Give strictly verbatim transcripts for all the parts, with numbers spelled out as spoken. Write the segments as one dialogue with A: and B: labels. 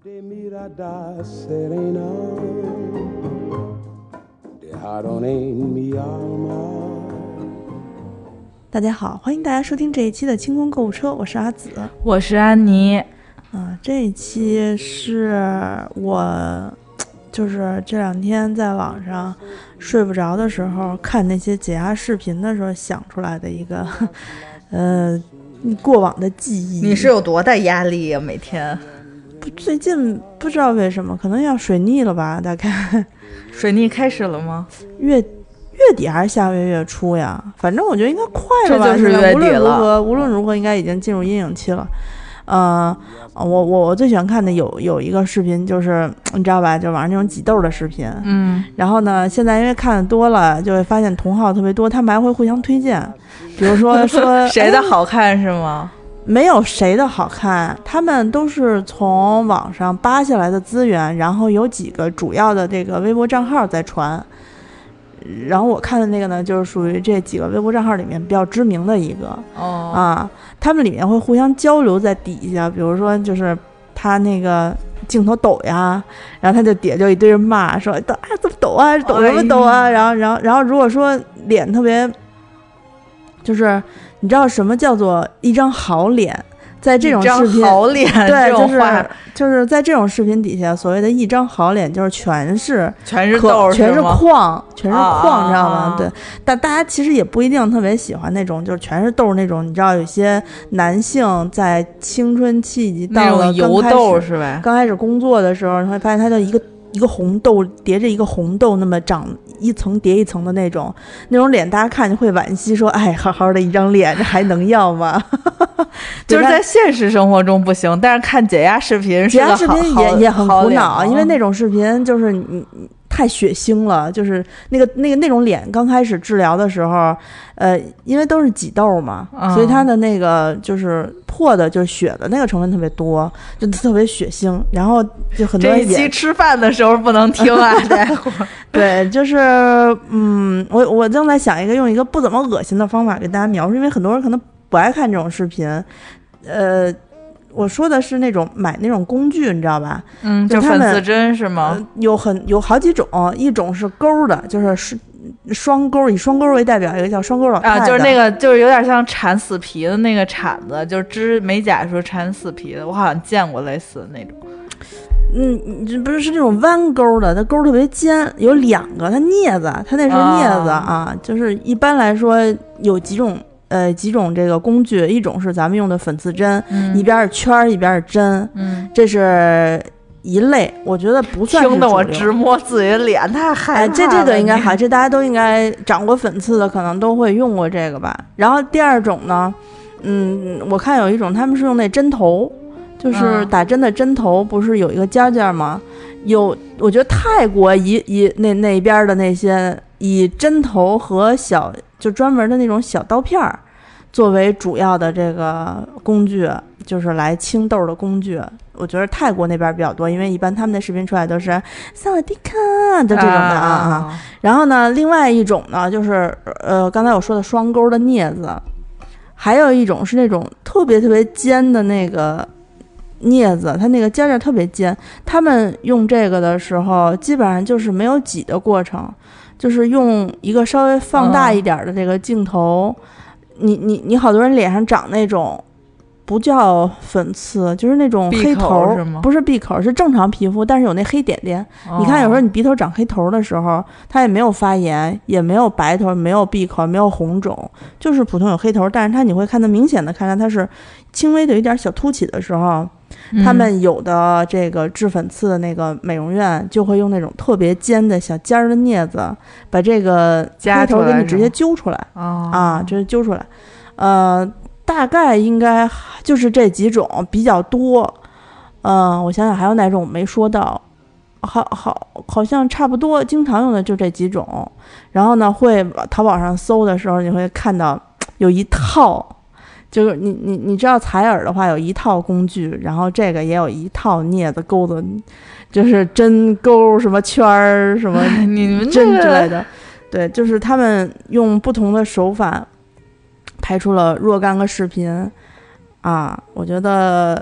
A: 大家好，欢迎大家收听这一期的清空购物车，我是阿紫，
B: 我是安妮。
A: 啊，这一期是我就是这两天在网上睡不着的时候看那些解压视频的时候想出来的一个呃过往的记忆。
B: 你是有多大压力呀、啊？每天？
A: 最近不知道为什么，可能要水逆了吧？大概
B: 水逆开始了吗？
A: 月月底还是下个月月初呀？反正我觉得应该快了吧。
B: 这就是月底了。
A: 无论如何，无论如何，应该已经进入阴影期了。呃，我我我最喜欢看的有有一个视频，就是你知道吧，就网上那种挤痘的视频。
B: 嗯。
A: 然后呢，现在因为看的多了，就会发现同好特别多，他们还会互相推荐，比如说说
B: 谁的好看是吗？
A: 没有谁的好看，他们都是从网上扒下来的资源，然后有几个主要的这个微博账号在传。然后我看的那个呢，就是属于这几个微博账号里面比较知名的一个。
B: 哦。
A: 啊，他们里面会互相交流在底下，比如说就是他那个镜头抖呀，然后他就底下就一堆人骂说抖啊怎么抖啊抖什么抖啊，然后然后然后如果说脸特别，就是你知道什么叫做一张好脸？在这种视频，
B: 好脸，
A: 对，就是就是在这种视频底下，所谓的一张好脸，就是全是
B: 全是痘，
A: 全是框，全是框，
B: 啊、
A: 你知道吗？对，但大家其实也不一定特别喜欢那种，就是全是痘那种。你知道，有些男性在青春期以及到了
B: 油痘是吧？
A: 刚开始工作的时候，你会发现他就一个一个红豆叠着一个红豆，那么长一层叠一层的那种，那种脸大家看就会惋惜说，哎，好好的一张脸，这还能要吗？
B: 就是在现实生活中不行，但是看解压视频是个好，
A: 解压视频也也很苦恼，因为那种视频就是你。你太血腥了，就是那个那个那种脸，刚开始治疗的时候，呃，因为都是挤痘嘛，嗯、所以它的那个就是破的，就是血的那个成分特别多，就特别血腥。然后就很多人
B: 这一期吃饭的时候不能听啊，待会儿。
A: 对，就是嗯，我我正在想一个用一个不怎么恶心的方法给大家描述，因为很多人可能不爱看这种视频，呃。我说的是那种买那种工具，你知道吧？
B: 嗯，就粉刺针是吗？
A: 呃、有很有好几种，一种是钩的，就是双钩，以双钩为代表，一个叫双钩老太太
B: 啊，就是那个就是有点像铲死皮的那个铲子，就是织美甲时候铲死皮的，我好像见过类似的那种。
A: 嗯，这不是是那种弯钩的，它钩特别尖，有两个，它镊子，它那是镊子啊, 啊，就是一般来说有几种。呃，几种这个工具，一种是咱们用的粉刺针，
B: 嗯、
A: 一边是圈，一边是针，
B: 嗯，
A: 这是一类，我觉得不算是
B: 听得我直摸自己的脸，太害怕了。
A: 哎，这这个应该还，这大家都应该长过粉刺的，可能都会用过这个吧。然后第二种呢，嗯，我看有一种他们是用那针头，就是打针的针头，不是有一个尖尖吗？有，我觉得泰国一一那那边的那些以针头和小就专门的那种小刀片儿作为主要的这个工具，就是来清痘的工具。我觉得泰国那边比较多，因为一般他们的视频出来都是萨瓦迪卡的这种的啊啊。然后呢，另外一种呢就是呃刚才我说的双钩的镊子，还有一种是那种特别特别尖的那个。镊子，它那个尖尖特别尖，他们用这个的时候基本上就是没有挤的过程，就是用一个稍微放大一点的这个镜头、嗯、你你你好多人脸上长那种不叫粉刺，就是那种黑头，
B: 是吗？
A: 不是闭口，是正常皮肤，但是有那黑点点、哦、你看有时候你鼻头长黑头的时候，它也没有发炎，也没有白头，没有闭口，没有红肿，就是普通有黑头，但是它你会看得明显的看到它是轻微的有一点小凸起的时候，他们有的这个治粉刺的那个美容院就会用那种特别尖的小尖的镊子把这个黑头给你直接揪出来啊，直接揪出来。呃，大概应该就是这几种比较多。嗯、呃，我想想还有哪种我没说到，好好好像差不多经常用的就这几种。然后呢，会淘宝上搜的时候，你会看到有一套。就是你你你知道采耳的话有一套工具，然后这个也有一套镊子钩子，就是针钩什么圈儿什么针之类的，对，就是他们用不同的手法拍出了若干个视频啊，我觉得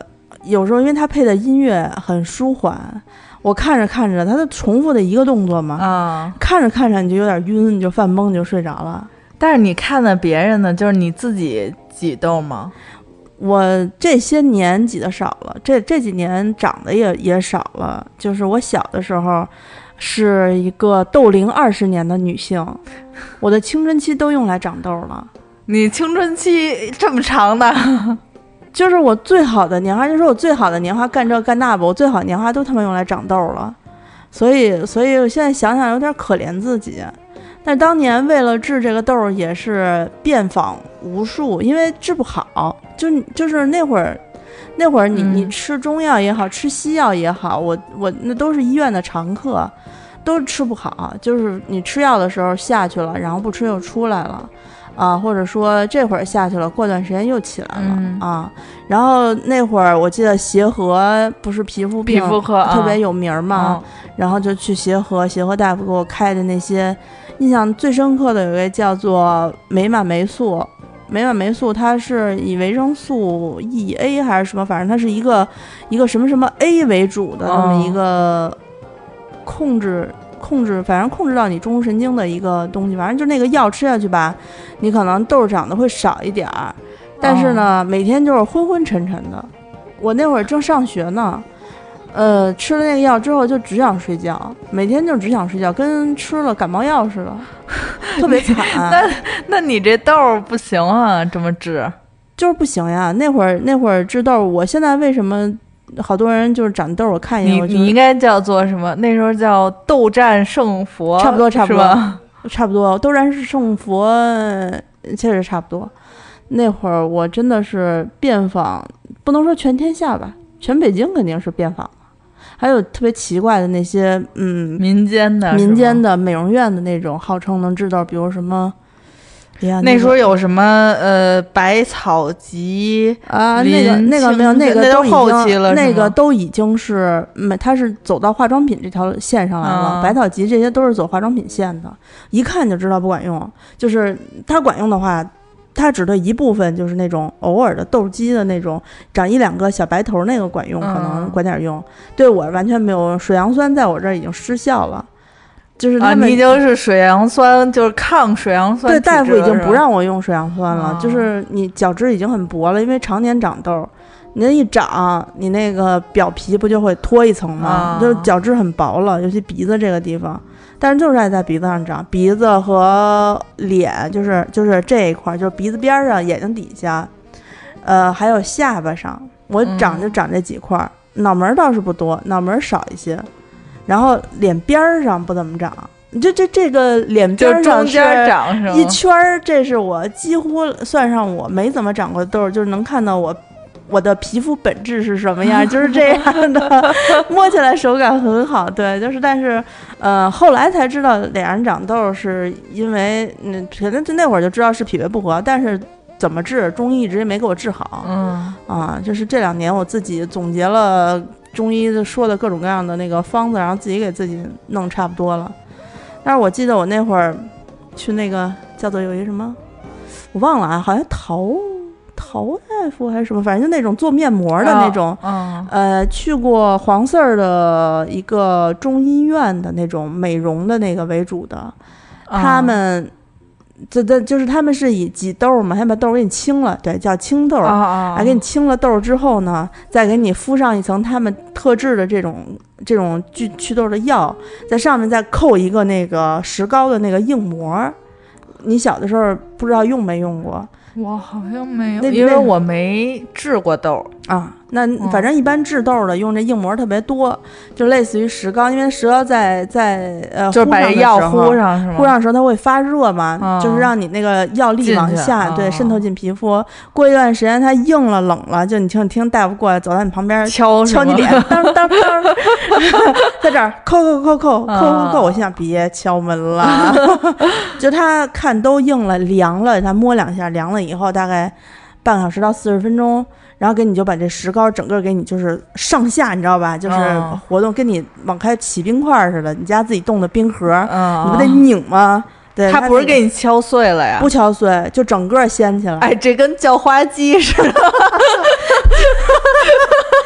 A: 有时候因为它配的音乐很舒缓，我看着看着它就重复的一个动作嘛，
B: 啊，
A: 看着看着你就有点晕，你就犯懵，你就睡着了。
B: 但是你看的别人呢，就是你自己挤痘吗？
A: 我这些年挤的少了，这这几年长得也也少了。就是我小的时候是一个痘龄二十年的女性，我的青春期都用来长痘了。
B: 你青春期这么长的？
A: 就是我最好的年华，就说我最好的年华干这干那吧，我最好的年华都他妈用来长痘了。所以，所以我现在想想有点可怜自己。但当年为了治这个痘也是遍访无数，因为治不好，就就是那会儿，那会儿你、嗯、你吃中药也好，吃西药也好，我我那都是医院的常客，都吃不好。就是你吃药的时候下去了，然后不吃又出来了，啊，或者说这会儿下去了，过段时间又起来了、
B: 嗯、
A: 啊。然后那会儿我记得协和不是皮肤病
B: 皮肤科、啊、
A: 特别有名嘛、
B: 嗯，
A: 然后就去协和，协和大夫给我开的那些。印象最深刻的有一个叫做美满霉素，美满霉素它是以维生素 E A 还是什么，反正它是一个一个什么什么 A 为主的那么一个控制、哦、控制，反正控制到你中枢神经的一个东西。反正就那个药吃下去吧，你可能痘长得会少一点儿，但是呢、哦、每天就是昏昏沉沉的。我那会儿正上学呢，呃，吃了那个药之后就只想睡觉，每天就只想睡觉，跟吃了感冒药似的，特别惨。
B: 那那你这痘不行啊，这么治
A: 就是不行呀。那会儿那会儿治痘，我现在为什么好多人就是长痘，我看一眼，
B: 你你应该叫做什么？那时候叫斗战胜佛，
A: 差不多差不多
B: 是吧？
A: 差不多，斗战胜佛确实差不多。那会儿我真的是遍访，不能说全天下吧，全北京肯定是遍访。还有特别奇怪的那些，嗯，
B: 民间的
A: 民间的美容院的那种，号称能治痘，比如什么，哎呀，
B: 那时候有什么呃百草集
A: 啊，那个那个没有，那个
B: 那
A: 都
B: 后期了，
A: 那个都已经是，嗯，它是走到化妆品这条线上来了。啊、百草集这些都是走化妆品线的，一看就知道不管用。就是它管用的话。它只对一部分，就是那种偶尔的痘肌的那种长一两个小白头那个管用，可能管点用、嗯、对我完全没有用。水杨酸在我这儿已经失效了，就是他们、
B: 啊、你已经是水杨酸，就是抗水杨酸，
A: 对，大夫已经不让我用水杨酸了、嗯、就是你角质已经很薄了，因为常年长痘，你那一长你那个表皮不就会脱一层吗、嗯、就角质很薄了，尤其鼻子这个地方，但是就是爱在鼻子上长，鼻子和脸就是就是这一块，就是鼻子边上、眼睛底下，呃，还有下巴上，我长就长这几块、嗯、脑门倒是不多，脑门少一些，然后脸边上不怎么长，这这这个脸边上是一圈，这是我几乎算上我没怎么长过痘，就是能看到我我的皮肤本质是什么样，就是这样的，摸起来手感很好。对，就是但是呃后来才知道脸上长痘是因为嗯可能那会儿就知道是脾胃不和，但是怎么治中医一直也没给我治好。
B: 嗯
A: 啊，就是这两年我自己总结了中医说的各种各样的那个方子，然后自己给自己弄差不多了。但是我记得我那会儿去那个叫做有一什么我忘了啊，好像陶陶大夫还是什么，反正就那种做面膜的那种、
B: 哦哦、
A: 呃去过黄四儿的一个中医院的那种美容的那个为主的、哦、他们这这就是他们是以挤痘嘛，他把痘给你清了，对，叫清痘，还、
B: 哦哦、
A: 给你清了痘之后呢，再给你敷上一层他们特制的这种这种祛祛痘的药，在上面再扣一个那个石膏的那个硬膜。你小的时候不知道用没用过？
B: 我好像没有，因为我没治过痘
A: 啊。那反正一般治痘的用这硬膜特别多，就类似于石膏，因为石膏在在呃
B: 就是把药糊上是吗？
A: 糊上的时候它会发热嘛、嗯，就是让你那个药力往下，对，渗透进皮肤。过一段时间它硬了冷了，就你听听大夫过来走到你旁边
B: 敲
A: 敲你脸，当当当，在这儿扣扣扣扣扣扣扣，我心想别敲门了，就他看都硬了凉了，他摸两下凉了以后大概半个小时到四十分钟。然后给你就把这石膏整个给你就是上下，你知道吧？就是活动，跟你往开起冰块似的。你家自己冻的冰盒，
B: 嗯、
A: 你不得拧吗？对，
B: 它不是给你敲碎了呀？
A: 不敲碎，就整个掀起来。
B: 哎，这跟叫花鸡似的。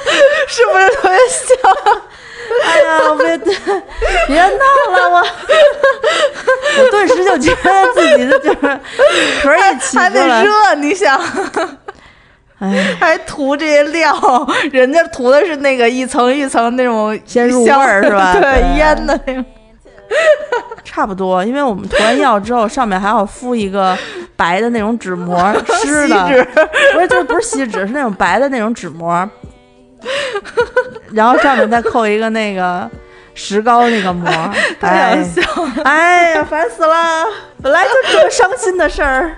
B: 是不是特别像？
A: 哎呀，我别别闹了，我我顿时就觉得自己的就是壳一起
B: 还得热，你想。
A: 哎，
B: 还涂这些料，人家涂的是那个一层一层那种
A: 先入味儿是吧？
B: 对，
A: 对
B: 腌的那种。
A: 差不多，因为我们涂完药之后，上面还要敷一个白的那种纸膜，湿的，不是，就是不是锡纸，是那种白的那种纸膜，然后上面再扣一个那个石膏那个膜。
B: 太笑了，
A: 哎呀，烦死了！本来就这么伤心的事儿，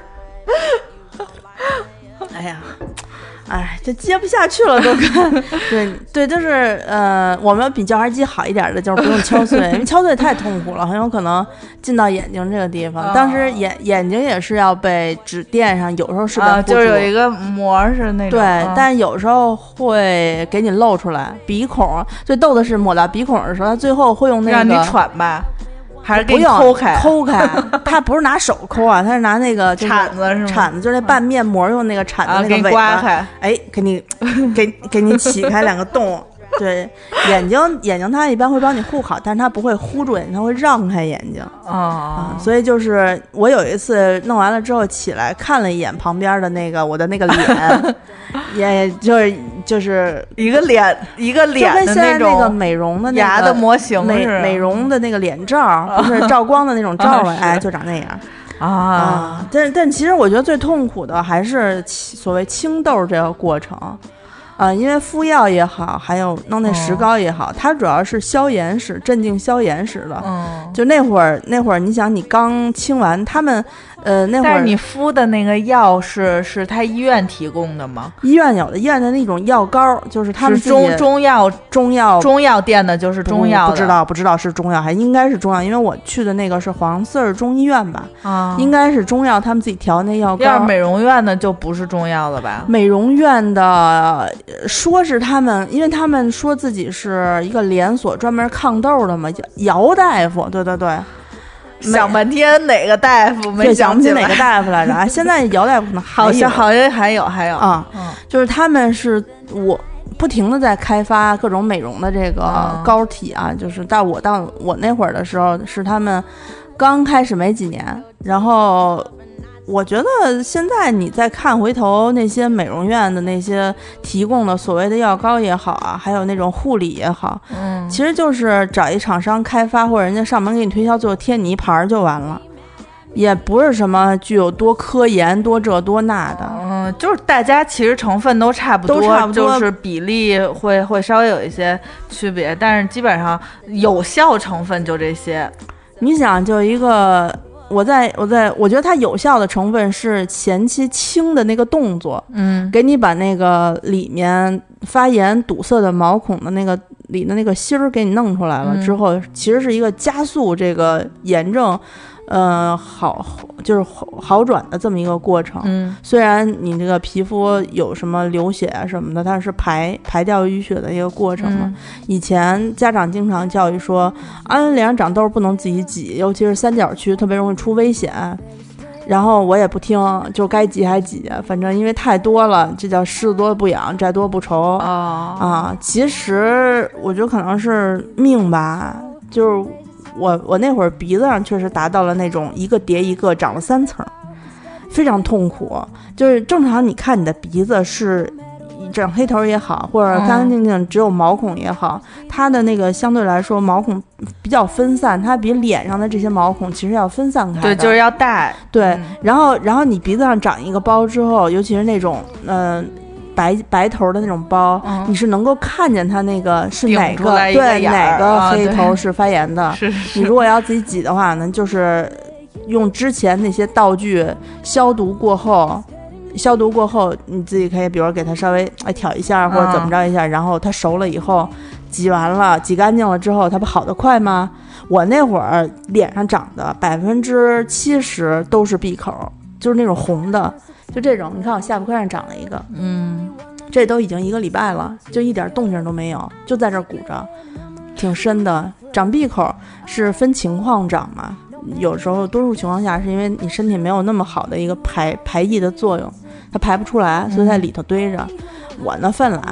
A: 哎呀。哎，这接不下去了都看，对对，就是呃，我们比叫花机好一点的，就是不用敲碎，因为敲碎太痛苦了，很有可能进到眼睛这个地方。当时眼眼睛也是要被纸垫上，有时候是被
B: 啊，就是有一个膜是那种，
A: 对，
B: 嗯、
A: 但有时候会给你露出来鼻孔。最逗的是抹到鼻孔的时候，他最后会用那个
B: 让你喘吧。还是给你
A: 抠
B: 开，
A: 抠开。他不是拿手抠啊，他是拿那个、就是、
B: 铲子是吗？
A: 铲子就是那拌面膜用那个铲子那个尾巴，
B: 啊、给你刮开，
A: 哎，给你给给你起开两个洞。对，眼睛眼睛它一般会帮你护好，但是它不会糊住眼睛，它会让开眼睛。
B: 啊、
A: 嗯，所以就是我有一次弄完了之后起来看了一眼旁边的那个我的那个脸，也就是就是
B: 一个脸一个脸的
A: 那种，就跟现在那个美容的那个
B: 牙的模型
A: 美美容的那个脸罩，不是照光的那种罩啊，哎，就长那样。
B: 啊，
A: 啊但但其实我觉得最痛苦的还是所谓清痘这个过程。啊，因为敷药也好，还有弄那石膏也好，嗯、它主要是消炎使、镇静消炎使的。
B: 嗯，
A: 就那会儿，那会儿你想，你刚清完，他们，呃，那会儿。
B: 但是你敷的那个药是是他医院提供的吗？
A: 医院有的，医院的那种药膏，就是他们
B: 是中中药
A: 中药
B: 中药店的，就是中药的。
A: 不, 不知道不知道是中药还应该是中药，因为我去的那个是黄四儿中医院吧，
B: 啊，
A: 应该是中药，他们自己调那药膏。
B: 要是美容院的就不是中药了吧？
A: 美容院的。说是他们，因为他们说自己是一个连锁专门抗痘的嘛，姚大夫，对对对，
B: 想半天哪个大夫没
A: 想不起哪个大夫来着啊？现在姚大夫呢，
B: 好像好像还有还有
A: 啊、嗯，就是他们是我不停的在开发各种美容的这个膏体啊，嗯、就是到我到我那会儿的时候，是他们刚开始没几年，然后。我觉得现在你再看回头那些美容院的那些提供的所谓的药膏也好啊，还有那种护理也好，
B: 嗯，
A: 其实就是找一厂商开发，或者人家上门给你推销，最后贴你一盘就完了，也不是什么具有多科研多这多那的。
B: 嗯，就是大家其实成分都差不多，
A: 都差不多，
B: 就是比例会会稍微有一些区别，但是基本上有效成分就这些。
A: 你想，就一个。我在我在我觉得它有效的成分是前期清的那个动作，
B: 嗯，
A: 给你把那个里面发炎堵塞的毛孔的那个里的那个芯儿给你弄出来了之后，嗯、其实是一个加速这个炎症，呃，好就是好转的这么一个过程。
B: 嗯，虽
A: 然你这个皮肤有什么流血啊什么的，它是排排掉淤血的一个过程嘛。
B: 嗯、
A: 以前家长经常教育说，啊，脸上长痘不能自己挤，尤其是三角区特别容易出危险。然后我也不听，就该挤还挤，反正因为太多了，这叫虱子多不痒，债多不愁。
B: 哦、
A: 啊，其实我觉得可能是命吧，就是我我那会儿鼻子上确实达到了那种一个叠一个长了三层，非常痛苦。就是正常你看你的鼻子是长黑头也好，或者干干净净只有毛孔也好，嗯、它的那个相对来说毛孔比较分散，它比脸上的这些毛孔其实要分散开的。
B: 对，就是要大。
A: 对，
B: 嗯、
A: 然后然后你鼻子上长一个包之后，尤其是那种嗯。呃白白头的那种包，
B: 嗯、
A: 你是能够看见它那个是哪个
B: 对
A: 哪个黑头是发炎的。
B: 啊、是是
A: 你如果要自己挤的话呢，就是用之前那些道具消毒过后，消毒过后你自己可以，比如给它稍微哎挑一下或者怎么着一下，嗯、然后它熟了以后，挤完了挤干净了之后，它不好得快吗？我那会儿脸上长的百分之七十都是闭口，就是那种红的。就这种，你看我下巴颏上长了一个，
B: 嗯，
A: 这都已经一个礼拜了，就一点动静都没有，就在这鼓着，挺深的。长闭口是分情况长嘛，有时候多数情况下是因为你身体没有那么好的一个排排异的作用，它排不出来，所以在里头堆着。嗯、我呢犯懒，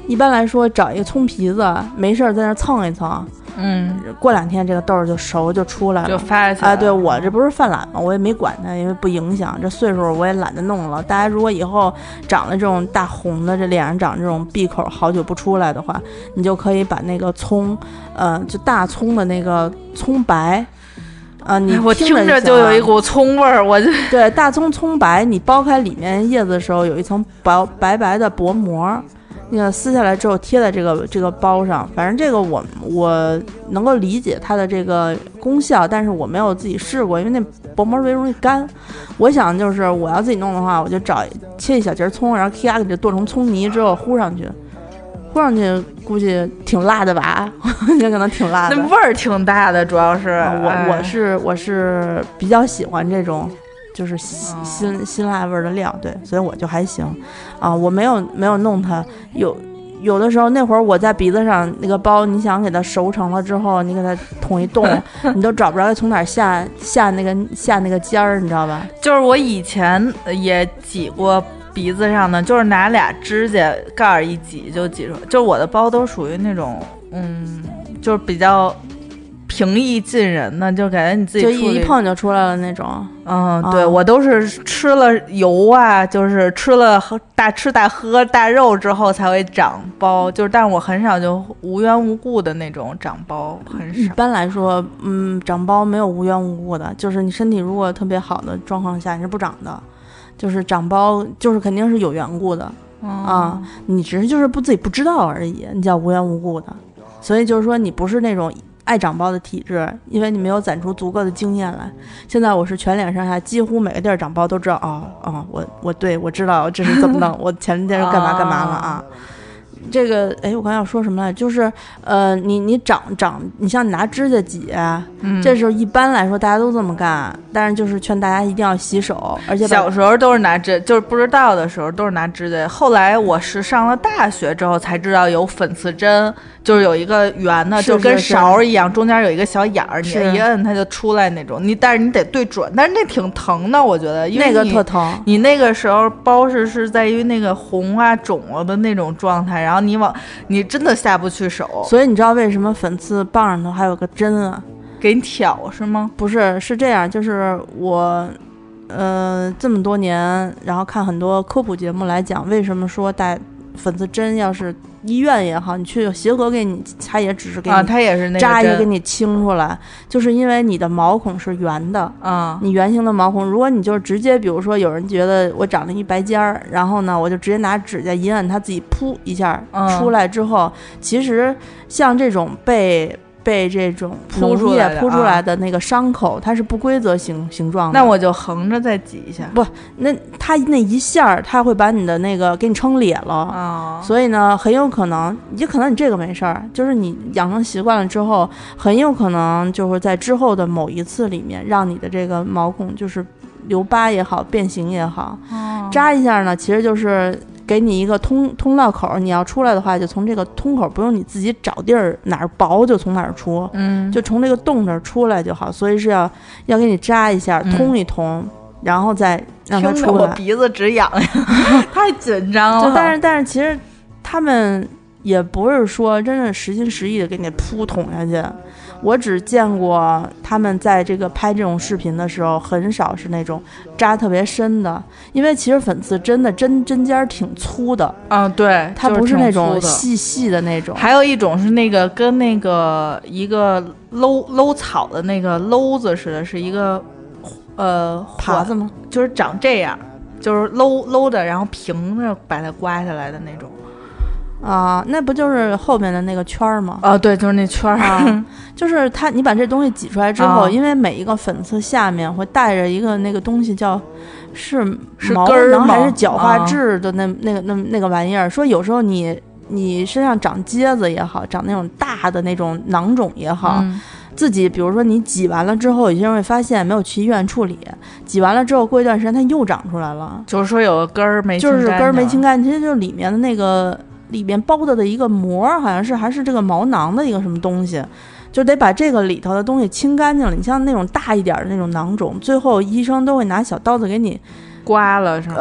A: 一般来说找一个葱皮子，没事在那蹭一蹭，
B: 嗯，
A: 过两天这个豆儿就熟就出来了，
B: 就发起来了。
A: 啊，对，我这不是犯懒吗？我也没管它，因为不影响。这岁数我也懒得弄了。大家如果以后长了这种大红的，这脸上长这种闭口好久不出来的话，你就可以把那个葱，呃，就大葱的那个葱白。啊，你
B: 我听着
A: 就
B: 有一股葱味儿，我就
A: 对大葱葱白，你剥开里面叶子的时候有一层薄白白的薄膜，那个撕下来之后贴在这个这个包上。反正这个我我能够理解它的这个功效，但是我没有自己试过，因为那薄膜特别容易干。我想就是我要自己弄的话，我就找切一小节葱，然后咔给这剁成葱泥之后糊上去。糊上去估计挺辣的吧，也可能挺辣的，
B: 那味儿挺大的，主要是、
A: 啊、我、
B: 哎、
A: 我是我是比较喜欢这种就是辛辛辛辣味的料，对，所以我就还行啊，我没有没有弄它。有有的时候那会儿我在鼻子上那个包，你想给它熟成了之后，你给它捅一洞，你都找不着从哪儿下下那个下那个尖儿，你知道吧？
B: 就是我以前也挤过。鼻子上呢，就是拿俩指甲盖儿一挤就挤出，就是我的包都属于那种，嗯，就是比较平易近人的，就感觉你自己
A: 就一碰就出来了那种。
B: 嗯，对、啊、我都是吃了油啊，就是吃了大吃大喝大肉之后才会长包，就是但是我很少就无缘无故的那种长包，很少。
A: 一般来说，嗯，长包没有无缘无故的，就是你身体如果特别好的状况下你是不长的。就是长包，就是肯定是有缘故的、
B: 嗯、
A: 啊，你只是就是不自己不知道而已，你叫无缘无故的。所以就是说你不是那种爱长包的体质，因为你没有攒出足够的经验来。现在我是全脸上下几乎每个地儿长包都知道，哦哦，我我对我知道这是怎么弄，我前天是干嘛干嘛了啊。这个哎，我刚要说什么来，就是呃，你你长长，你像你拿指甲挤，嗯，这时候一般来说大家都这么干，但是就是劝大家一定要洗手，而且
B: 小时候都是拿指，就是不知道的时候都是拿指甲。后来我是上了大学之后才知道有粉刺针，就是有一个圆的，就跟勺一样，中间有一个小眼儿，你一摁它就出来那种。你但是你得对准，但是那挺疼的，我觉得，因为
A: 那个特疼。
B: 你那个时候包是是在于那个红啊肿了的那种状态，然后你往你真的下不去手。
A: 所以你知道为什么粉刺棒上头还有个针啊？
B: 给你挑是吗？
A: 不是，是这样，就是我呃这么多年，然后看很多科普节目来讲，为什么说带粉刺针，要是医院也好，你去协和给你，他也只是给你
B: 啊，他也是那个
A: 扎一个给你清出来，就是因为你的毛孔是圆的
B: 啊，
A: 你圆形的毛孔，如果你就直接，比如说有人觉得我长了一白尖儿，然后呢，我就直接拿指甲一按，它自己噗一下出来之后，嗯、其实像这种被。被这种
B: 铺出来
A: 铺出来的那个伤口，啊、它是不规则形形状的。
B: 那我就横着再挤一下。
A: 不，那它那一下，它会把你的那个给你撑裂了。
B: 啊、哦，
A: 所以呢，很有可能，也可能你这个没事儿，就是你养成习惯了之后，很有可能就是在之后的某一次里面，让你的这个毛孔就是留疤也好，变形也好，
B: 哦、
A: 扎一下呢，其实就是给你一个通通道口，你要出来的话，就从这个通口，不用你自己找地儿，哪儿薄就从哪儿出，
B: 嗯，
A: 就从这个洞这儿出来就好。所以是要要给你扎一下，通一通，嗯、然后再让它出来。
B: 我鼻子直痒痒，太紧张了。
A: 就但是但是其实他们也不是说真的实心实意的给你扑捅下去。我只见过他们在这个拍这种视频的时候，很少是那种扎特别深的，因为其实粉刺针的针针尖挺粗的，
B: 嗯，对，
A: 它不是那种
B: 就是
A: 细细的那种。
B: 还有一种是那个跟那个一个搂搂草的那个篓子似的，是一个呃
A: 耙子吗？
B: 就是长这样，就是搂搂的，然后平着把它刮下来的那种。
A: 啊，那不就是后面的那个圈儿吗？
B: 啊，对，就是那圈儿、
A: 啊，就是它，你把这东西挤出来之后，
B: 啊、
A: 因为每一个粉刺下面会带着一个那个东西叫是
B: 是
A: 毛
B: 能
A: 还是角化质的那、啊、那个那那个玩意儿。说有时候你你身上长疖子也好，长那种大的那种囊肿也好。
B: 嗯，
A: 自己比如说你挤完了之后，有些人会发现没有去医院处理，挤完了之后过一段时间它又长出来了，
B: 就是说有个根儿没清
A: 就是根儿没清干净，其实就是里面的那个。里面包的的一个膜，好像是还是这个毛囊的一个什么东西，就得把这个里头的东西清干净了。你像那种大一点的那种囊肿，最后医生都会拿小刀子给你
B: 刮了，是吗？
A: 呃，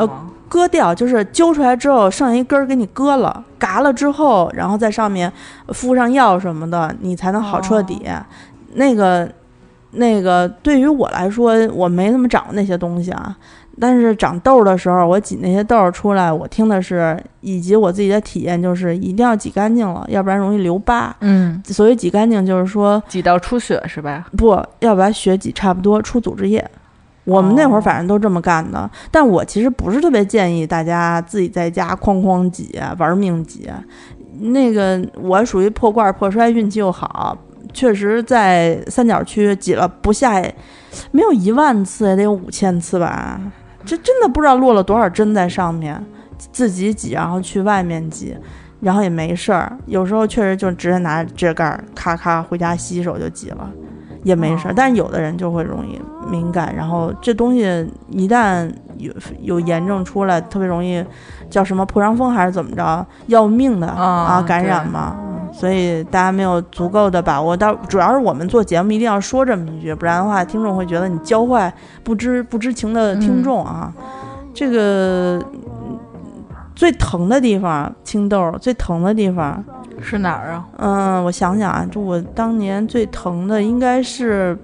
A: 割掉，就是揪出来之后剩下一根儿给你割了，嘎了之后，然后在上面敷上药什么的，你才能好彻底。哦、那个那个对于我来说，我没怎么长过那些东西啊。但是长痘的时候，我挤那些痘出来，我听的是，以及我自己的体验就是一定要挤干净了，要不然容易留疤。
B: 嗯，
A: 所谓挤干净就是说
B: 挤到出血是吧？
A: 不要把血挤差不多出组织液。我们那会儿反正都这么干的，哦、但我其实不是特别建议大家自己在家哐哐挤玩命挤。那个我属于破罐破摔，运气又好，确实在三角区挤了不下没有一万次，也得有五千次吧。这真的不知道落了多少针在上面，自己挤，然后去外面挤，然后也没事儿。有时候确实就直接拿指甲盖咔咔回家洗手就挤了，也没事儿。但是有的人就会容易敏感，然后这东西一旦有有炎症出来，特别容易叫什么破伤风还是怎么着，要命的、哦、啊感染嘛。所以大家没有足够的把握，到主要是我们做节目一定要说这么一句，不然的话听众会觉得你教坏不知不知情的听众啊。嗯、这个最疼的地方，青痘最疼的地方
B: 是哪儿啊？
A: 嗯，我想想啊，就我当年最疼的应该是，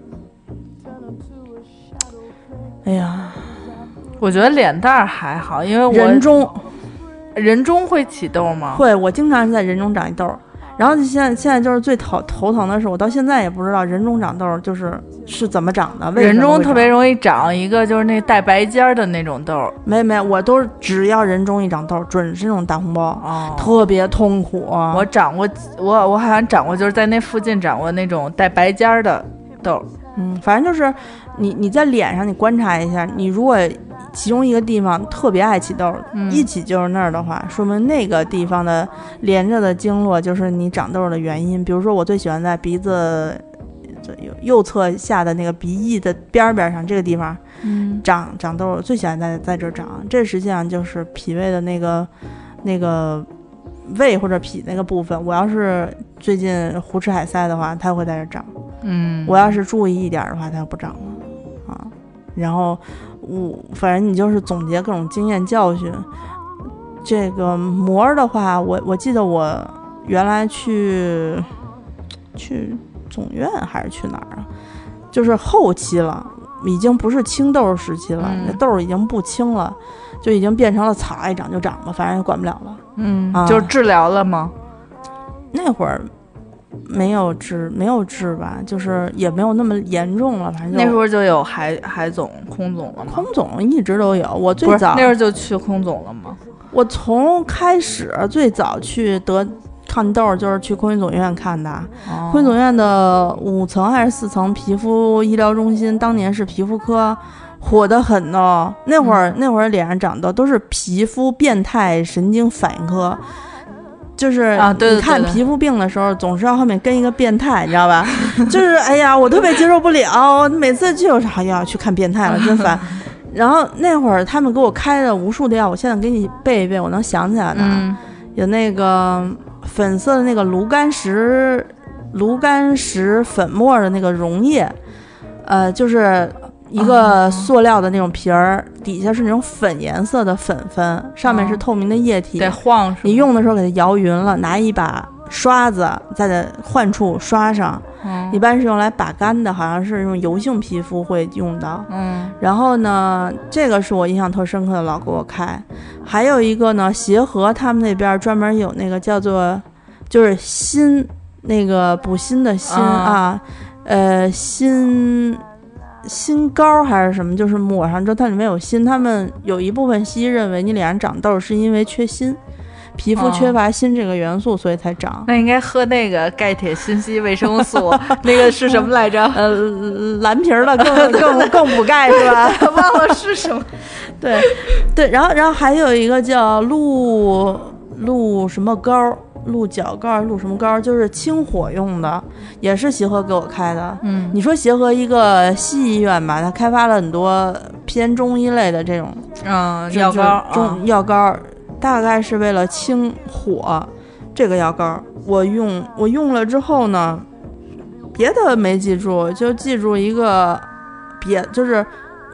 A: 哎呀，
B: 我觉得脸蛋还好，因为我
A: 人中
B: 人中会起痘吗？
A: 会，我经常是在人中长一痘。然后现在现在就是最头头疼的是，我到现在也不知道人中长痘就是是怎么长的。为什么
B: 人中特别容易长一个就是那带白尖的那种痘。
A: 没没，我都是只要人中一长痘，准是那种大红包，
B: 哦、
A: 特别痛苦。
B: 我长过，我我好像长过，就是在那附近长过那种带白尖的痘。
A: 嗯，反正就是你你在脸上你观察一下，你如果其中一个地方特别爱起痘、嗯、一起就是那儿的话，说明那个地方的连着的经络就是你长痘的原因。比如说我最喜欢在鼻子右侧下的那个鼻翼的边边上这个地方长、嗯、长痘，最喜欢在在这儿长，这实际上就是脾胃的那个那个胃或者脾那个部分。我要是最近胡吃海塞的话，它会在这儿长。
B: 嗯，
A: 我要是注意一点的话，它就不长了啊。然后我反正你就是总结各种经验教训。这个膜的话，我我记得我原来去去总院还是去哪儿啊，就是后期了，已经不是青痘时期了，那、嗯、痘已经不青了，就已经变成了草，爱长就长吧，反正也管不了了。
B: 嗯，
A: 啊、
B: 就是治疗了吗？
A: 那会儿没有治，没有治吧，就是也没有那么严重了。反正
B: 那时候就有海海总、空总了吗？
A: 空总一直都有。我最早
B: 那时候就去空总了吗？
A: 我从开始最早去得看痘就是去空军总院看的。哦、空军总院的五层还是四层皮肤医疗中心，当年是皮肤科火得很呢。那会儿、嗯、那会儿脸上长的都是皮肤变态神经反应科。就是你看皮肤病的时候、啊、总是要后面跟一个变态，你知道吧？就是哎呀我特别接受不了，每次去我说哎呀去看变态了真烦。然后那会儿他们给我开了无数的药，我现在给你背一背我能想起来的、嗯、有那个粉色的那个炉甘石炉甘石粉末的那个溶液，呃就是一个塑料的那种皮儿、嗯、底下是那种粉颜色的粉粉，上面是透明的液体，
B: 得晃，
A: 你用的时候给它摇匀了，拿一把刷子在患处刷上、嗯、一般是用来把干的，好像是用油性皮肤会用到。
B: 嗯，
A: 然后呢这个是我印象特深刻的，老给我开。还有一个呢协和他们那边专门有那个叫做就是锌，那个补锌的锌、嗯、啊呃锌锌膏还是什么，就是抹上之后它里面有锌，他们有一部分西医认为你脸上长痘是因为缺锌，皮肤缺乏锌这个元素、哦、所以才长。
B: 那应该喝那个钙铁锌硒维生素那个是什么来着？
A: 呃蓝瓶的更更更补钙是吧？
B: 忘了是什么。
A: 对对，然后然后还有一个叫鹿鹿什么膏，鹿角膏鹿什么膏，就是清火用的，也是协和给我开的。
B: 嗯，
A: 你说协和一个西医院吧，它开发了很多偏中医类的这种
B: 嗯药膏，
A: 中、
B: 嗯、
A: 药膏大概是为了清火。这个药膏我用我用了之后呢，别的没记住，就记住一个别就是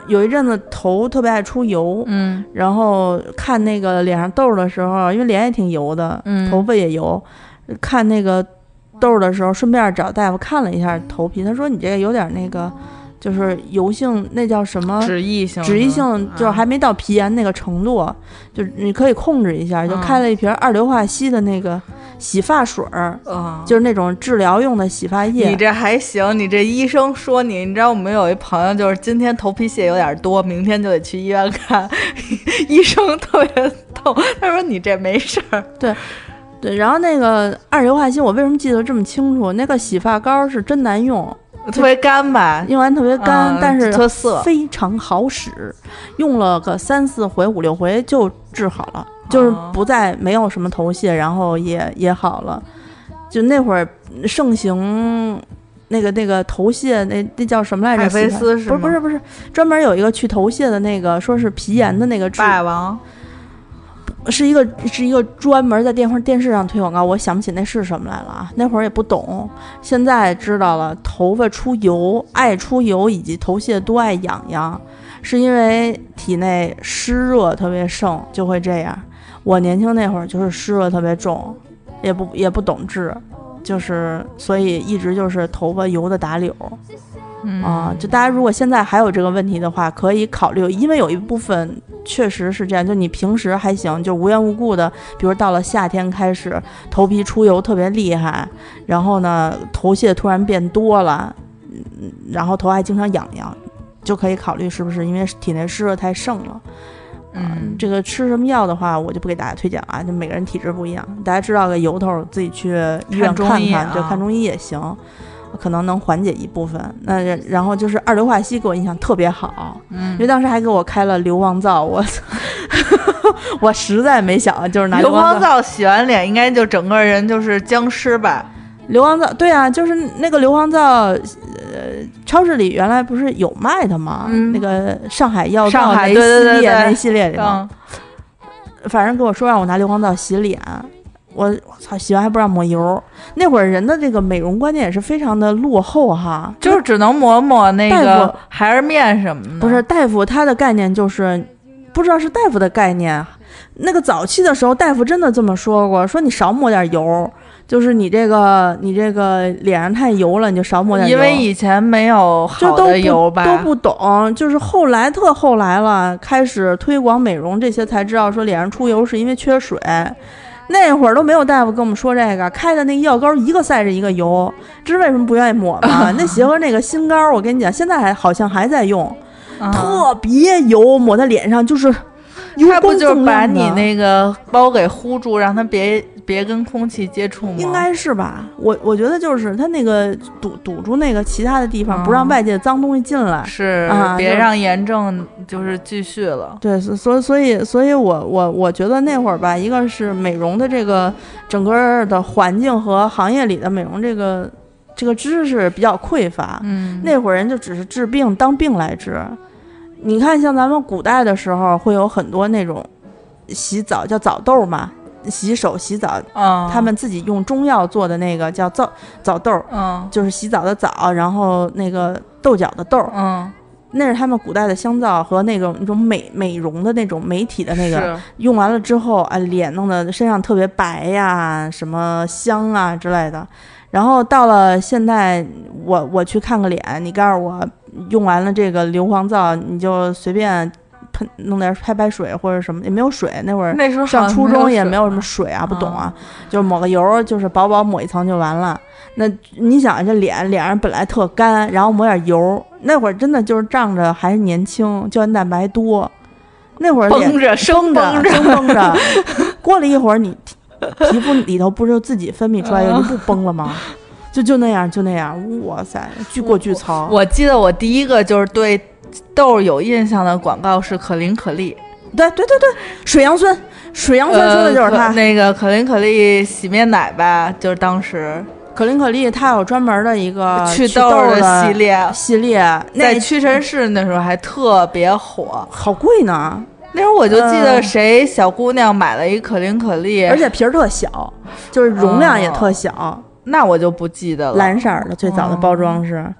A: 有一阵子头特别爱出油，
B: 嗯，
A: 然后看那个脸上痘的时候，因为脸也挺油的，
B: 嗯，
A: 头发也油，看那个痘的时候，顺便找大夫看了一下头皮，他说你这个有点那个。就是油性，那叫什么？
B: 脂溢性，
A: 脂溢性就是还没到皮炎那个程度，啊、就是你可以控制一下。就开了一瓶二硫化硒的那个洗发水儿，
B: 嗯，
A: 就是那种治疗用的洗发液。
B: 你这还行，你这医生说你，你知道我们有一朋友，就是今天头皮屑有点多，明天就得去医院看，医生特别逗，他说你这没事儿。
A: 对。对，然后那个二硫化硒，我为什么记得这么清楚？那个洗发膏是真难用。
B: 特别干吧，
A: 用完特别干，
B: 嗯、
A: 但是
B: 特色
A: 非常好使，用了个三四回五六回就治好了，就是不再没有什么头屑，然后也也好了。就那会儿盛行那个那个头屑，那那叫什么来着？
B: 海飞丝是吗？
A: 不是不是不是，专门有一个去头屑的那个，说是皮炎的那个治。
B: 霸王。
A: 是一个是一个专门在电电视上推广告，我想不起那是什么来了啊，那会儿也不懂，现在知道了。头发出油，爱出油以及头屑多爱痒痒，是因为体内湿热特别盛，就会这样。我年轻那会儿就是湿热特别重，也不也不懂治，就是所以一直就是头发油的打绺。
B: 嗯
A: 啊，就大家如果现在还有这个问题的话，可以考虑，因为有一部分确实是这样，就你平时还行，就无缘无故的，比如到了夏天开始头皮出油特别厉害，然后呢头屑突然变多了，嗯，然后头还经常痒痒，就可以考虑是不是因为体内湿热太盛了。
B: 嗯，
A: 这个吃什么药的话，我就不给大家推荐了，就每个人体质不一样，大家知道个由头，自己去医院看看，
B: 看
A: 就看中医也行。可能能缓解一部分。那然后就是二硫化硒给我印象特别好，
B: 嗯，
A: 因为当时还给我开了硫磺皂，我我实在没想就是拿
B: 硫
A: 磺
B: 磺皂洗完脸应该就整个人就是僵尸吧。
A: 硫磺皂，对啊，就是那个硫磺皂，呃，超市里原来不是有卖的吗？
B: 嗯，
A: 那个上海药
B: 皂
A: 那
B: 系列
A: 那系列里头，
B: 嗯，
A: 反正跟我说让我拿硫磺皂洗脸。我操，洗完还不让抹油。那会儿人的这个美容观念也是非常的落后哈，
B: 就是只能抹抹那个孩儿面什么的。
A: 不是大夫他的概念就是，不知道是大夫的概念。那个早期的时候，大夫真的这么说过，说你少抹点油，就是你这个你这个脸上太油了，你就少抹点油。
B: 因为以前没有好的油吧，
A: 都不懂，就是后来特后来了，开始推广美容这些才知道说脸上出油是因为缺水。那会儿都没有大夫跟我们说这个，开的那个药膏一个赛着一个油，这是为什么不愿意抹吗？那协和那个新膏，我跟你讲，现在还好像还在用，
B: 嗯、
A: 特别油，抹在脸上就是油
B: 它不就是把你那个包给糊住，让它别别跟空气接触吗？
A: 应该是吧。我我觉得就是它那个堵堵住那个其他的地方，
B: 嗯、
A: 不让外界的脏东西进来，
B: 是、
A: 啊、
B: 别让炎症就是继续了。
A: 对，所以所以所以我我我觉得那会儿吧，一个是美容的这个整个的环境和行业里的美容这个这个知识比较匮乏。
B: 嗯，
A: 那会儿人就只是治病当病来治。你看，像咱们古代的时候，会有很多那种洗澡叫澡豆嘛，洗手洗澡，
B: 嗯，
A: 他们自己用中药做的那个叫皂澡豆，
B: 嗯，
A: 就是洗澡的澡，然后那个豆角的豆，
B: 嗯，
A: 那是他们古代的香皂和那种那种美美容的那种美体的那个，用完了之后啊，脸弄得身上特别白呀，什么香啊之类的。然后到了现在，我我去看个脸，你告诉我用完了这个硫磺皂，你就随便喷弄点拍拍水或者什么，也没有水。那会儿
B: 那时候
A: 上初中也没有什么水啊，不懂啊，
B: 嗯、
A: 就是抹个油，就是薄薄抹一层就完了。那你想这脸脸上本来特干，然后抹点油，那会儿真的就是仗着还是年轻，胶原蛋白多，那会儿脸
B: 绷着生
A: 绷着生绷着，过了一会儿你皮肤里头不是就自己分泌出来，就不崩了吗？就就那样就那样，哇塞，巨过巨糙。
B: 我记得我第一个就是对痘有印象的广告是可伶可俐，
A: 对对对对，水杨酸，水杨酸说的就是它、
B: 呃、那个可伶可俐洗面奶吧，就是当时
A: 可伶可俐它有专门的一个
B: 祛痘
A: 的
B: 系列
A: 系列，
B: 在屈臣氏那时候还特别火，
A: 好贵呢。
B: 那时候我就记得谁小姑娘买了一可伶可俐、
A: 呃，而且皮儿特小，就是容量也特小。
B: 哦，那我就不记得了。
A: 蓝色的最早的包装是，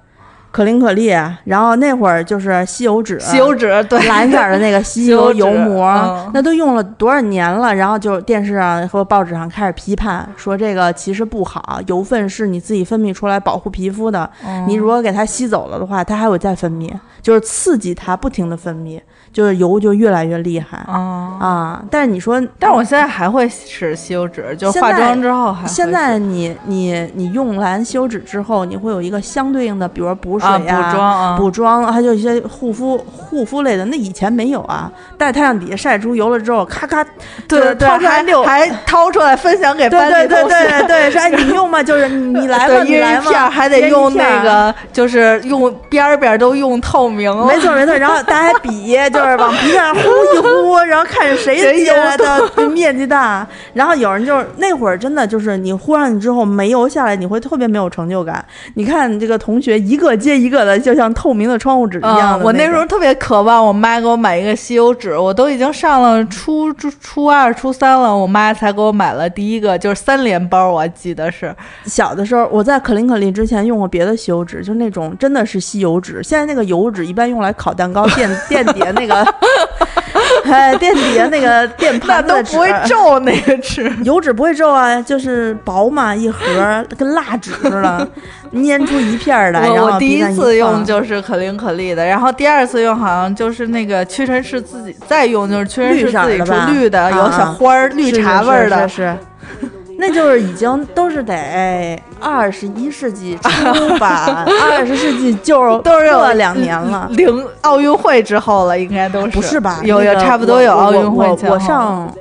A: 可伶可俐，然后那会儿就是吸油纸，
B: 吸油纸对，
A: 蓝色的那个吸油油膜，
B: 嗯、
A: 那都用了多少年了？然后就电视上和报纸上开始批判，说这个其实不好，油分是你自己分泌出来保护皮肤的，
B: 嗯、
A: 你如果给它吸走了的话，它还会再分泌，就是刺激它不停的分泌，就是油就越来越厉害、
B: 哦、
A: 啊。但是你说，
B: 但是我现在还会使吸油纸，就化妆之后还会。
A: 现在你你你用完吸油纸之后，你会有一个相对应的，比如说补水
B: 啊、补妆、啊、
A: 补妆，还有一些护肤护肤类的，那以前没有啊。在太阳底下晒出油了之后，咔咔，
B: 对对对，
A: 掏出来
B: 还还掏出来分享给班里
A: 同学。对对对对对，说哎你用嘛，就是你来吧，
B: 你来吧。一片还得用那个，就是用边边都用透明了。
A: 没错没错，然后大家还比，就是往鼻子上呼一呼，然后看谁接的面积大。然后有人就是那会儿真的就是你呼上去之后没油下来，你会特别没有成就感。你看这个同学一个接一个的，就像透明的窗户纸一样的、
B: 嗯。我那时候特别渴望我妈给我买一个吸油纸，我都已经上了初初二初三了，我妈才给我买了第一个，就是三连包，我记得是。
A: 小的时候我在可伶可俐之前用过别的吸油纸，就那种真的是吸油纸。现在那个油纸一般用来烤蛋糕垫垫底下那个哎垫底下那个垫盘子的纸
B: 都不会皱，那个纸
A: 油纸不会皱啊，就是薄嘛，一盒跟蜡纸似的粘出一片来。然后
B: 我第一次用就是可伶可俐的，然后第二次用好像就是那个屈臣氏自己再用，就是屈臣氏自己出绿的、啊、有小花儿绿茶味儿的。
A: 是是是是是那就是已经都是得二十一世纪初吧，二十世纪就
B: 都是有
A: 两年了，
B: 零奥运会之后了，应该都是。
A: 不是吧？
B: 有有、那个、差不多有奥运会
A: 前后。我, 我上，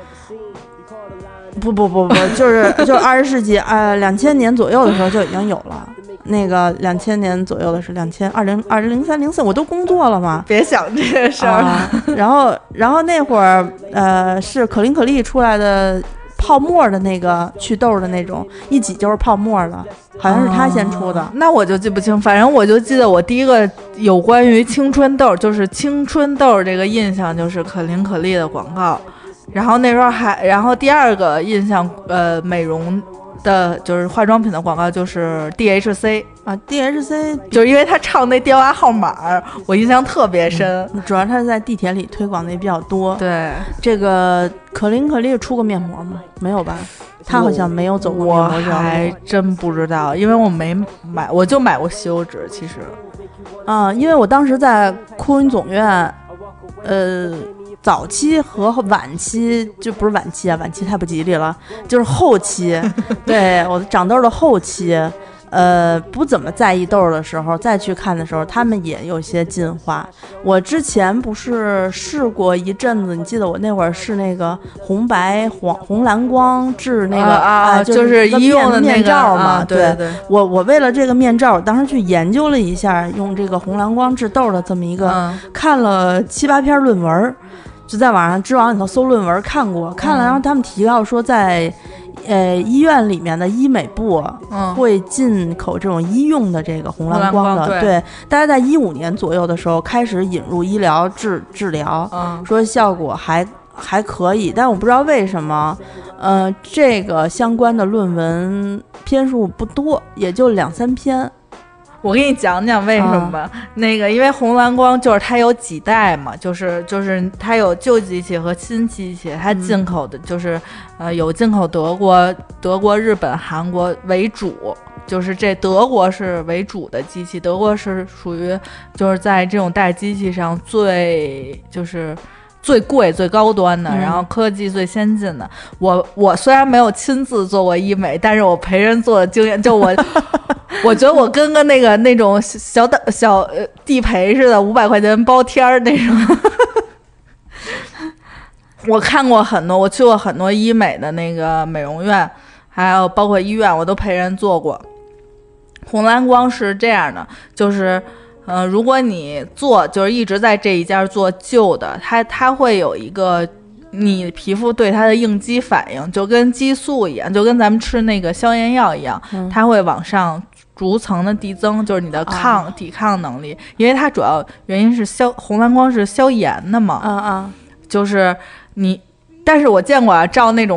A: 不不不不，就是就二十世纪呃两千年左右的时候就已经有了。那个两千年左右的是两千二零二零零三零四，我都工作了嘛，
B: 别想这个事儿、
A: 啊。然后然后那会儿呃是可伶可俐出来的。泡沫的那个祛痘的那种，一挤就是泡沫的，好像是他先出的、哦。
B: 那我就记不清，反正我就记得我第一个有关于青春痘，就是青春痘这个印象就是可伶可俐的广告，然后那时候还，然后第二个印象，呃，美容的就是化妆品的广告就是 D H C
A: 啊 ，D H C
B: 就是因为他唱那电话号码，我印象特别深。
A: 嗯、主要他是在地铁里推广的也比较多。
B: 对，
A: 这个可伶可俐出过面膜吗？没有吧？他好像没有走过面膜。
B: 我还真不知道，因为我没买，我就买过吸油纸。其实，
A: 啊、嗯，因为我当时在酷云总院，呃。早期和晚期就不是晚期啊，晚期太不吉利了，就是后期。对，我长痘的后期，呃，不怎么在意痘的时候，再去看的时候，他们也有些进化。我之前不是试过一阵子，你记得我那会儿是那个红白黄红蓝光治那个
B: 啊，啊
A: 就是
B: 医用的、那个、
A: 面罩嘛，
B: 啊、对对。
A: 我我为了这个面罩，我当时去研究了一下用这个红蓝光治痘的这么一个，
B: 嗯、
A: 看了七八篇论文。就在网上知网里头搜论文看过，看了，然后他们提到说在，呃医院里面的医美部会进口这种医用的这个红蓝光的，
B: 嗯、对,
A: 对，大概在一五年左右的时候开始引入医疗治治疗，
B: 嗯，
A: 说效果还还可以，但我不知道为什么，呃，这个相关的论文篇数不多，也就两三篇。
B: 我给你讲讲为什么、啊、那个，因为红蓝光就是它有几代嘛，就是就是它有旧机器和新机器，它进口的就是、嗯、呃有进口德国、德国、日本、韩国为主，就是这德国是为主的机器，德国是属于就是在这种代机器上最就是。最贵最高端的，然后科技最先进的。嗯、我我虽然没有亲自做过医美，但是我陪人做的经验，就我我觉得我跟个那个那种小小小呃地陪似的，五百块钱包天儿那种。我看过很多，我去过很多医美的那个美容院，还有包括医院，我都陪人做过。红蓝光是这样的，就是。呃，如果你做就是一直在这一家做旧的，它它会有一个你皮肤对它的应激反应，就跟激素一样，就跟咱们吃那个消炎药一样，
A: 嗯、
B: 它会往上逐层的递增，就是你的抗、啊、抵抗能力，因为它主要原因是消红蓝光是消炎的嘛，
A: 啊啊，
B: 就是你，但是我见过啊，照那种。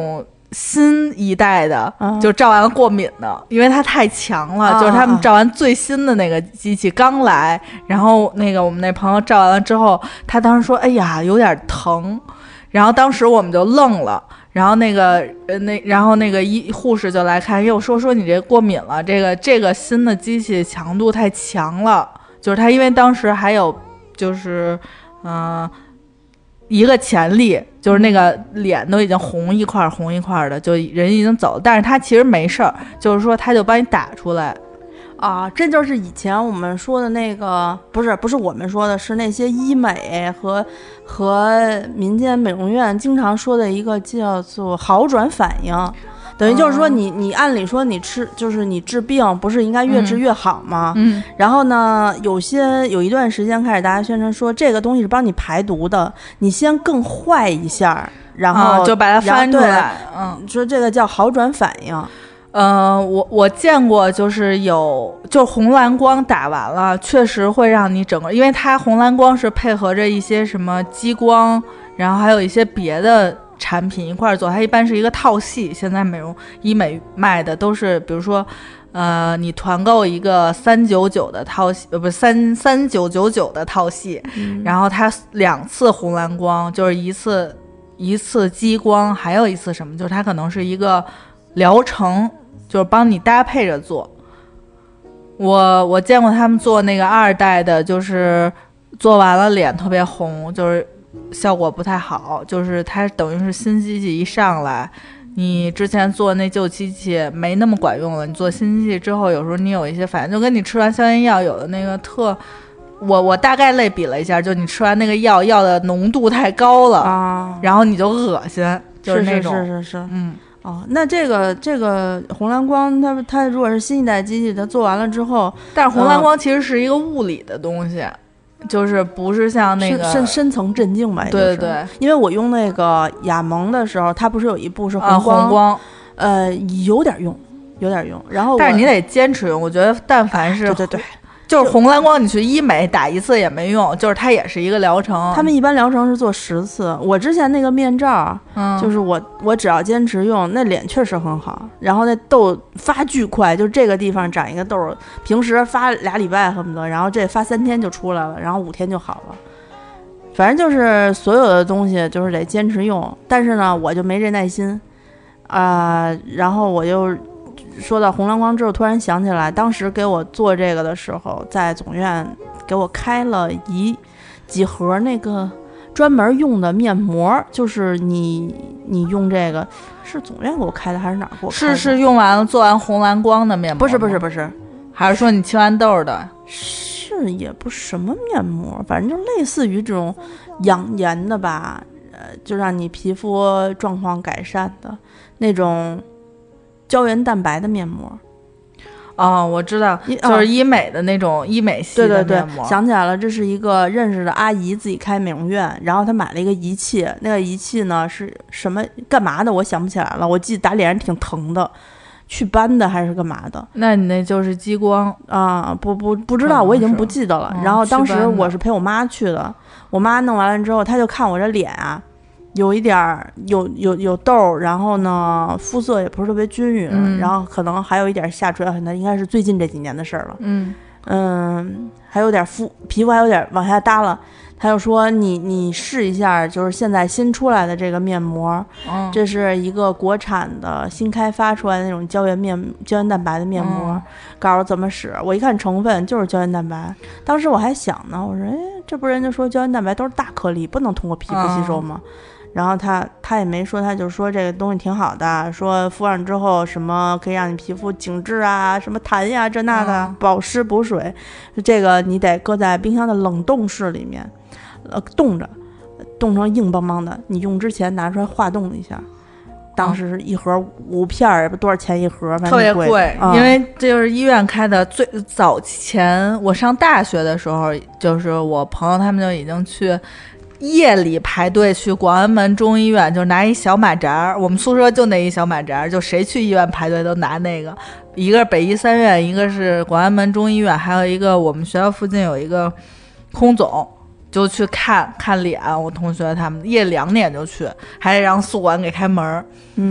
B: 新一代的，
A: 嗯、
B: 就照完了过敏的，因为它太强了、
A: 啊，
B: 就是他们照完最新的那个机器刚来，然后那个我们那朋友照完了之后，他当时说：“哎呀，有点疼。”然后当时我们就愣了。然后那个呃那然后那个医护士就来看，又说说你这过敏了，这个这个新的机器强度太强了，就是他因为当时还有就是嗯。呃一个前例就是那个脸都已经红一块红一块的，就人已经走了，但是他其实没事儿，就是说他就帮你打出来
A: 啊。这就是以前我们说的那个，不是不是我们说的，是那些医美和和民间美容院经常说的一个叫做好转反应。等于就是说你，你你按理说你吃就是你治病不是应该越治越好吗？
B: 嗯，
A: 然后呢，有些有一段时间开始大家宣传说这个东西是帮你排毒的，你先更坏一下，然后、
B: 啊、就把它翻出来，嗯，
A: 说这个叫好转反应。
B: 嗯、呃，我我见过，就是有就红蓝光打完了，确实会让你整个，因为它红蓝光是配合着一些什么激光，然后还有一些别的产品一块做，它一般是一个套系。现在美容医美卖的都是，比如说，呃，你团购一个三九九的套系，呃，不是三三九九九的套系，
A: 嗯、
B: 然后它两次红蓝光，就是一次一次激光，还有一次什么，就是它可能是一个疗程，就是帮你搭配着做。我我见过他们做那个二代的，就是做完了脸特别红，就是效果不太好，就是它等于是新机器一上来，你之前做那旧机器没那么管用了，你做新机器之后，有时候你有一些反应，就跟你吃完消炎药有的那个特，我我大概类比了一下，就你吃完那个药，药的浓度太高了
A: 啊，
B: 然后你就恶心，就是那种
A: 是是是是是，
B: 嗯。
A: 哦，那这个这个红蓝光它它如果是新一代机器，它做完了之后，
B: 但是红蓝光其实是一个物理的东西。嗯，就是不是像那个
A: 深深层镇静吧？
B: 对对对，
A: 因为我用那个雅萌的时候，它不是有一部是红
B: 光，啊、红光，
A: 呃，有点用，有点用。然后，
B: 但是你得坚持用。我觉得，但凡是、
A: 哎、对对对，
B: 就是红蓝光，你去医美打一次也没用，就是它也是一个疗程。
A: 他们一般疗程是做十次。我之前那个面罩，
B: 嗯，
A: 就是我我只要坚持用，那脸确实很好，然后那痘发巨快，就这个地方长一个痘，平时发俩礼拜恨不得，然后这发三天就出来了，然后五天就好了。反正就是所有的东西就是得坚持用，但是呢，我就没这耐心啊、呃。然后我就说到红蓝光之后，突然想起来，当时给我做这个的时候，在总院给我开了一几盒那个专门用的面膜，就是你你用这个是总院给我开的还是哪儿给我开的？
B: 是是用完了做完红蓝光的面膜？
A: 不是不是不是，
B: 还是说你清完痘的？
A: 是也不什么面膜，反正就类似于这种养颜的吧，呃，就让你皮肤状况改善的那种胶原蛋白的面膜。
B: 哦，我知道，就是医美的那种、哦、医美系的面膜。
A: 对对对，想起来了，这是一个认识的阿姨自己开美容院，然后她买了一个仪器，那个仪器呢是什么干嘛的我想不起来了，我记得打脸上挺疼的，祛斑的还是干嘛的？
B: 那你那就是激光
A: 啊？不不不知道，我已经不记得了。
B: 嗯、
A: 然后当时我是陪我妈去的，我妈弄完了之后，她就看我这脸啊。有一点有有有痘，然后呢肤色也不是特别均匀、
B: 嗯、
A: 然后可能还有一点下垂，那应该是最近这几年的事儿了。
B: 嗯
A: 嗯，还有点肤皮肤还有点往下耷了。他就说你你试一下，就是现在新出来的这个面膜、
B: 嗯、
A: 这是一个国产的新开发出来的那种胶原面胶原蛋白的面膜、
B: 嗯、
A: 告诉我怎么使。我一看成分就是胶原蛋白，当时我还想呢，我说哎，这不是人家说胶原蛋白都是大颗粒，不能通过皮肤吸收吗？嗯，然后他他也没说，他就说这个东西挺好的，说敷上之后什么可以让你皮肤紧致啊，什么弹呀这那的，保湿补水，这个你得搁在冰箱的冷冻室里面，呃，冻着，冻成硬邦邦的。你用之前拿出来化冻一下。当时一盒五片儿，多少钱一盒？
B: 特别贵、
A: 贵嗯，
B: 因为这就是医院开的。最早前我上大学的时候，就是我朋友他们就已经去。夜里排队去广安门中医院，就拿一小马扎，我们宿舍就那一小马扎，就谁去医院排队都拿那个。一个是北医三院，一个是广安门中医院，还有一个我们学校附近有一个空总，就去看看脸。我同学他们夜两点就去，还得让宿管给开门。
A: 嗯，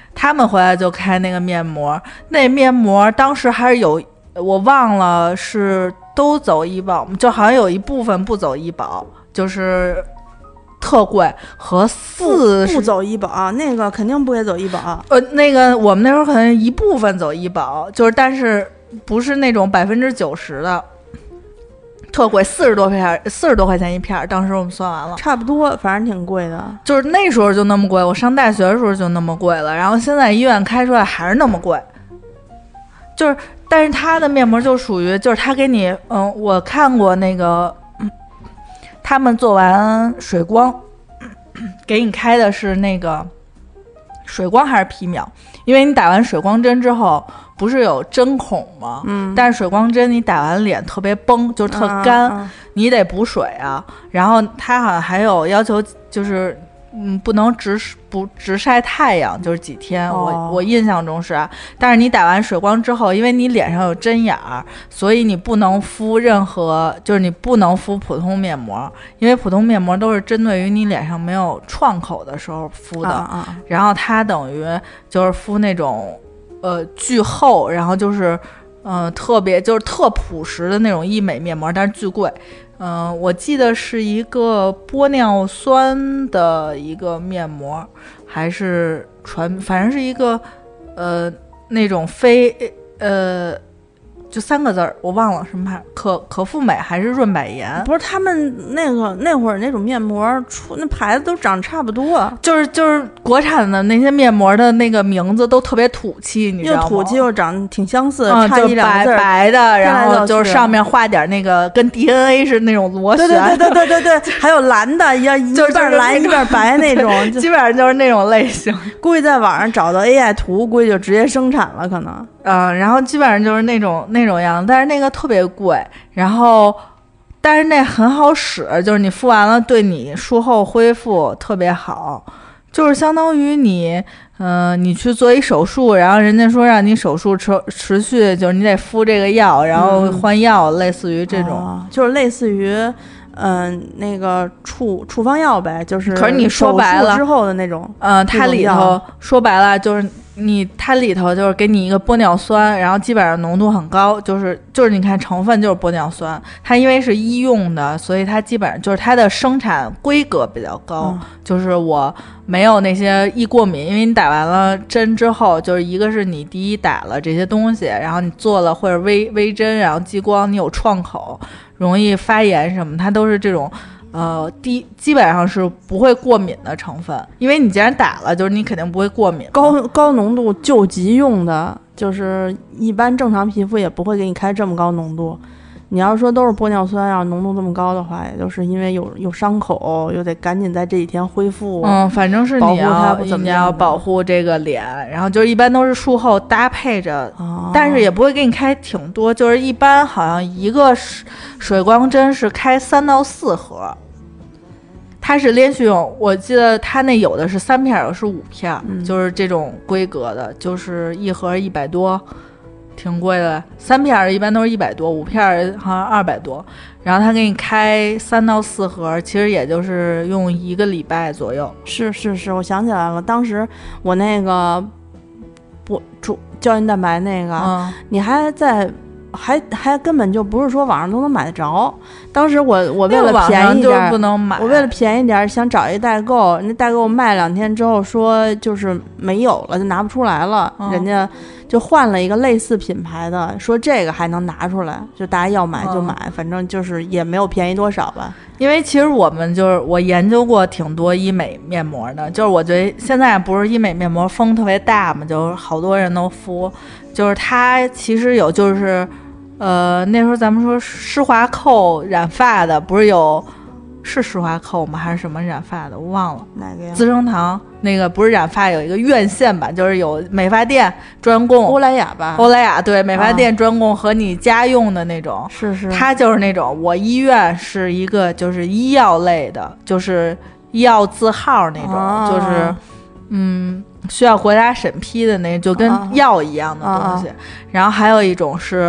B: 他们回来就开那个面膜，那面膜当时还是有，我忘了是都走医保，就好像有一部分不走医保，就是特贵和四
A: 不走医保，那个肯定不给走医保。
B: 呃，那个我们那时候可能一部分走医保，就是但是不是那种百分之九十的。特贵，四十多片，四十多块钱一片，当时我们算完了，
A: 差不多，反正挺贵的。
B: 就是那时候就那么贵，我上大学的时候就那么贵了，然后现在医院开出来还是那么贵。就是，但是它的面膜就属于，就是它给你，嗯，我看过那个，嗯，他们做完水光，给你开的是那个水光还是皮秒？因为你打完水光针之后。不是有针孔吗？
A: 嗯，
B: 但是水光针你打完脸特别崩，就是特干，
A: 嗯嗯、
B: 你得补水啊。然后它好像还有要求，就是嗯，不能直不直晒太阳，就是几天。
A: 哦、
B: 我我印象中是，但是你打完水光之后，因为你脸上有针眼儿，所以你不能敷任何，就是你不能敷普通面膜，因为普通面膜都是针对于你脸上没有创口的时候敷的。
A: 啊啊、
B: 然后它等于就是敷那种。呃，巨厚，然后就是，呃，特别就是特朴实的那种医美面膜，但是巨贵。嗯、呃，我记得是一个玻尿酸的一个面膜，还是传，反正是一个，呃，那种非呃。就三个字儿，我忘了什么牌，可可复美还是润百颜？
A: 不是，他们那个那会儿那种面膜出那牌子都长差不多，
B: 就是就是国产的那些面膜的那个名字都特别土气，你知道吗？
A: 又土气又长挺相似，
B: 嗯、
A: 差一两个字，
B: 白白的，然后就是上面画点那个跟 D N A 是那种螺旋，
A: 对对对对对对对，还有蓝的，要一半蓝一半白那种，
B: 基本上就是那种类型。
A: 估计在网上找到 A I 图，估计就直接生产了，可能。
B: 嗯，然后基本上就是那种那种样子，但是那个特别贵，然后但是那很好使，就是你敷完了对你术后恢复特别好，就是相当于你嗯、呃，你去做一手术，然后人家说让你手术持持续，就是你得敷这个药，然后换药，嗯、类似于这种、
A: 哦，就是类似于嗯、呃，那个处处方药呗，就是
B: 可是你说白了
A: 之后的那种，
B: 嗯、呃，它里头说白了就是。你它里头就是给你一个玻尿酸，然后基本上浓度很高，就是就是你看成分就是玻尿酸，它因为是医用的，所以它基本上就是它的生产规格比较高，
A: 嗯、
B: 就是我没有那些易过敏，因为你打完了针之后，就是一个是你第一打了这些东西，然后你做了或者微微针，然后激光，你有创口，容易发炎什么，它都是这种。呃，第基本上是不会过敏的成分，因为你既然打了，就是你肯定不会过敏。
A: 高高浓度救急用的，就是一般正常皮肤也不会给你开这么高浓度。你要说都是玻尿酸，要浓度这么高的话，也就是因为有有伤口，又得赶紧在这几天恢复。
B: 嗯，反正是你要你要保护这个脸，然后就是一般都是术后搭配着，
A: 哦、
B: 但是也不会给你开挺多，就是一般好像一个水光针是开三到四盒。它是连续用，我记得它那有的是三片，有的是五片、嗯，就是这种规格的，就是一盒一百多，挺贵的。三片一般都是一百多，五片好像二百多。然后他给你开三到四盒，其实也就是用一个礼拜左右。
A: 是是是，我想起来了，当时我那个不主胶原蛋白那个，
B: 嗯、
A: 你还在。还还根本就不是说网上都能买得着。当时我我为了便宜点，
B: 不能买。
A: 我为了便宜点想找一代购，那代购卖两天之后说就是没有了，就拿不出来了。
B: 嗯、
A: 人家就换了一个类似品牌的，说这个还能拿出来，就大家要买就买，
B: 嗯、
A: 反正就是也没有便宜多少吧。
B: 因为其实我们就是我研究过挺多医美面膜的，就是我觉得现在不是医美面膜风特别大嘛，就是好多人都敷。就是它其实有就是，呃，那时候咱们说施华蔻染发的，不是有是施华蔻吗？还是什么染发的？我忘了
A: 哪个呀？
B: 资生堂那个不是染发有一个院线版，就是有美发店专供。
A: 欧莱雅吧？
B: 欧莱雅对，美发店专供和你家用的那种。
A: 是、啊、是。
B: 它就是那种，我医院是一个就是医药类的，就是医药字号那种，
A: 啊、
B: 就是嗯。需要国家审批的那就跟药一样的东西、
A: 啊啊、
B: 然后还有一种是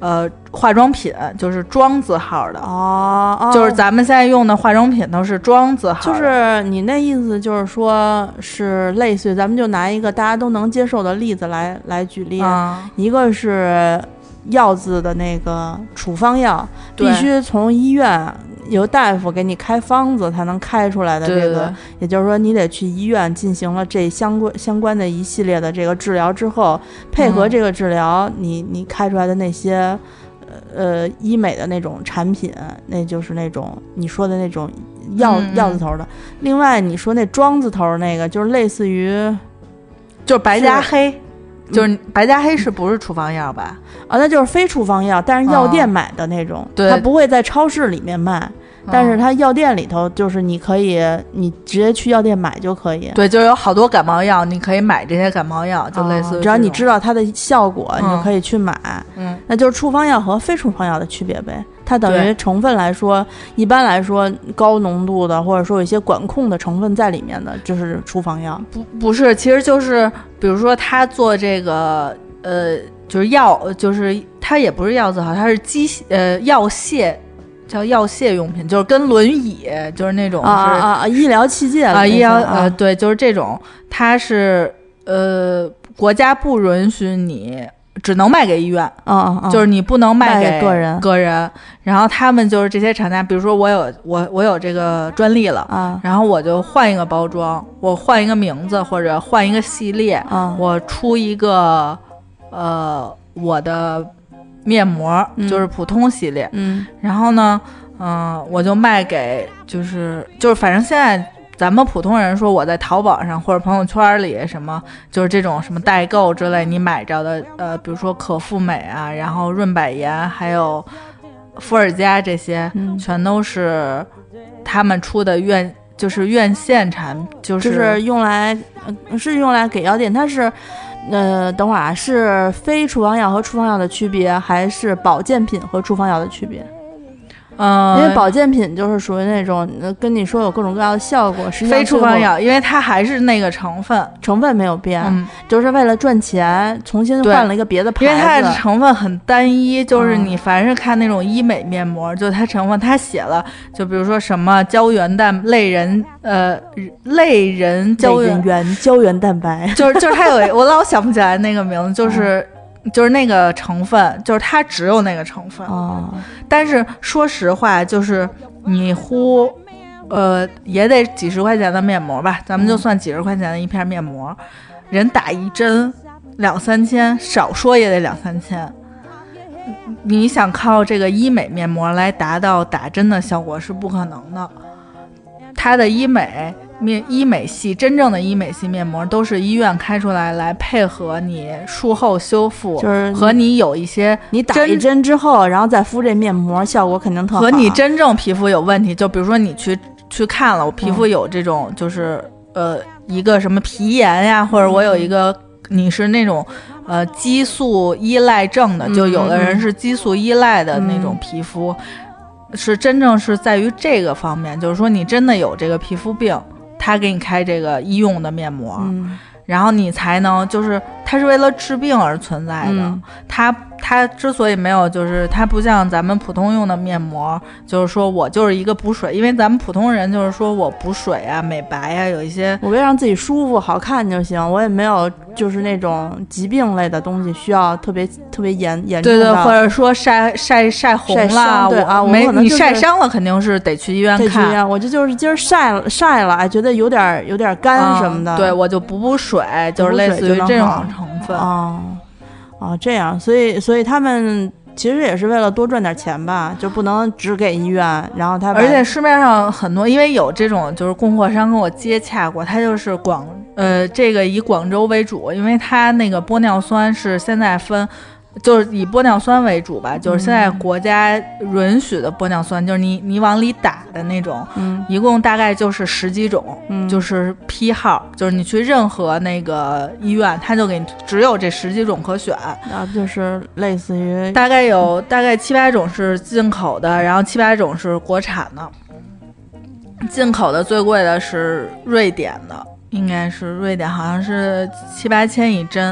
B: 呃化妆品，就是庄字号的
A: 哦，哦
B: 就是咱们现在用的化妆品都是庄字号的。
A: 就是你那意思就是说是类似于咱们就拿一个大家都能接受的例子来来举例、
B: 嗯、
A: 一个是药字的那个处方药，必须从医院由大夫给你开方子才能开出来的这个，
B: 对对对，
A: 也就是说你得去医院进行了这相关相关的一系列的这个治疗之后，配合这个治疗，嗯、你你开出来的那些呃医美的那种产品，那就是那种你说的那种药、嗯、药字头的。另外你说那庄字头那个，就是类似于
B: 就是白加黑。就是白加黑是不是处方药吧？
A: 啊，那就是非处方药，但是药店买的那种，
B: 对、
A: 哦，它不会在超市里面卖，但是它药店里头就是你可以，你直接去药店买就可以。
B: 对，就有好多感冒药，你可以买这些感冒药，就类似于、
A: 哦、只要你知道它的效果，嗯、你就可以去买。
B: 嗯，
A: 那就是处方药和非处方药的区别呗。它等于成分来说，一般来说高浓度的或者说有一些管控的成分在里面的，就是处方药。
B: 不不是，其实就是比如说他做这个呃，就是药，就是它也不是药字号，它是机呃药械。叫药械用品，就是跟轮椅，就是那种是
A: 啊啊啊医疗器械
B: 啊，医疗呃对，就是这种，它是呃国家不允许你。只能卖给医院，
A: 嗯嗯，
B: 就是你不能卖
A: 给个人
B: 个人。然后他们就是这些厂家，比如说我有我我有这个专利了，
A: 啊，
B: 然后我就换一个包装，我换一个名字或者换一个系列，
A: 啊，
B: 我出一个呃我的面膜，
A: 嗯、
B: 就是普通系列，
A: 嗯，
B: 然后呢，嗯、呃，我就卖给就是就是反正现在。咱们普通人说我在淘宝上或者朋友圈里什么，就是这种什么代购之类，你买着的，呃，比如说可复美啊，然后润百颜，还有伏尔加这些，
A: 嗯、
B: 全都是他们出的院，就是院线产，就是
A: 就是用来，呃、是用来给药店，它是。呃，等会儿啊，是非处方药和处方药的区别，还是保健品和处方药的区别？
B: 嗯，
A: 因为保健品就是属于那种跟你说有各种各样的效果，实际上
B: 非处方药，因为它还是那个成分，
A: 成分没有变，
B: 嗯、
A: 就是为了赚钱，重新换了一个别的牌子。
B: 因为它的成分很单一，就是你凡是看那种医美面膜，嗯、就它成分它写了，就比如说什么胶原蛋类人呃类人胶原
A: 原胶原蛋白，
B: 就是就是它有我老想不起来那个名字，就是。嗯就是那个成分，就是它只有那个成分。
A: 哦，
B: 但是说实话，就是你呼，呃，也得几十块钱的面膜吧，咱们就算几十块钱的一片面膜，嗯、人打一针两三千，少说也得两三千。你想靠这个医美面膜来达到打针的效果是不可能的。它的医美面医美系真正的医美系面膜都是医院开出来，来配合你术后修复，
A: 就是
B: 和你有一些
A: 你打一针之后，然后再敷这面膜，效果肯定特好。
B: 和你真正皮肤有问题，就比如说你去去看了，我皮肤有这种，就是、嗯、呃一个什么皮炎呀，或者我有一个你是那种呃激素依赖症的，就有的人是激素依赖的那种皮肤。嗯是真正是在于这个方面，就是说你真的有这个皮肤病，他给你开这个医用的面膜，
A: 嗯、
B: 然后你才能就是它是为了治病而存在的。
A: 嗯、
B: 它它之所以没有，就是它不像咱们普通用的面膜，就是说我就是一个补水，因为咱们普通人就是说我补水啊、美白啊，有一些
A: 我为让自己舒服好看就行，我也没有就是那种疾病类的东西需要特别特别严严重的，
B: 对对，或者说晒晒晒红了，
A: 对啊，我
B: 没、
A: 就是、
B: 你晒伤了肯定是得去医院看。
A: 去医院，我就就是今儿晒了晒了，哎，觉得有点有点干什么的，
B: 嗯、对我就补补水，就是类似于这种成分
A: 啊。哦，这样，所以所以他们其实也是为了多赚点钱吧，就不能只给医院，然后他
B: 而且市面上很多，因为有这种就是供货商跟我接洽过，他就是广呃这个以广州为主，因为他那个玻尿酸是现在分。就是以玻尿酸为主吧，就是现在国家允许的玻尿酸，嗯、就是你你往里打的那种，
A: 嗯，
B: 一共大概就是十几种，
A: 嗯，
B: 就是批号，就是你去任何那个医院，他就给你只有这十几种可选，
A: 啊，就是类似于
B: 大概有大概七八种是进口的，然后七八种是国产的，进口的最贵的是瑞典的，应该是瑞典，好像是七八千一针。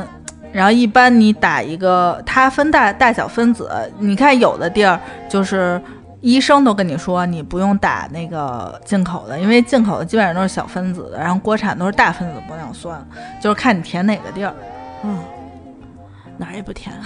B: 然后一般你打一个，它分大大小分子，你看有的地儿就是医生都跟你说你不用打那个进口的，因为进口的基本上都是小分子的，然后国产都是大分子玻尿酸，就是看你填哪个地儿。
A: 嗯，哪儿也不填，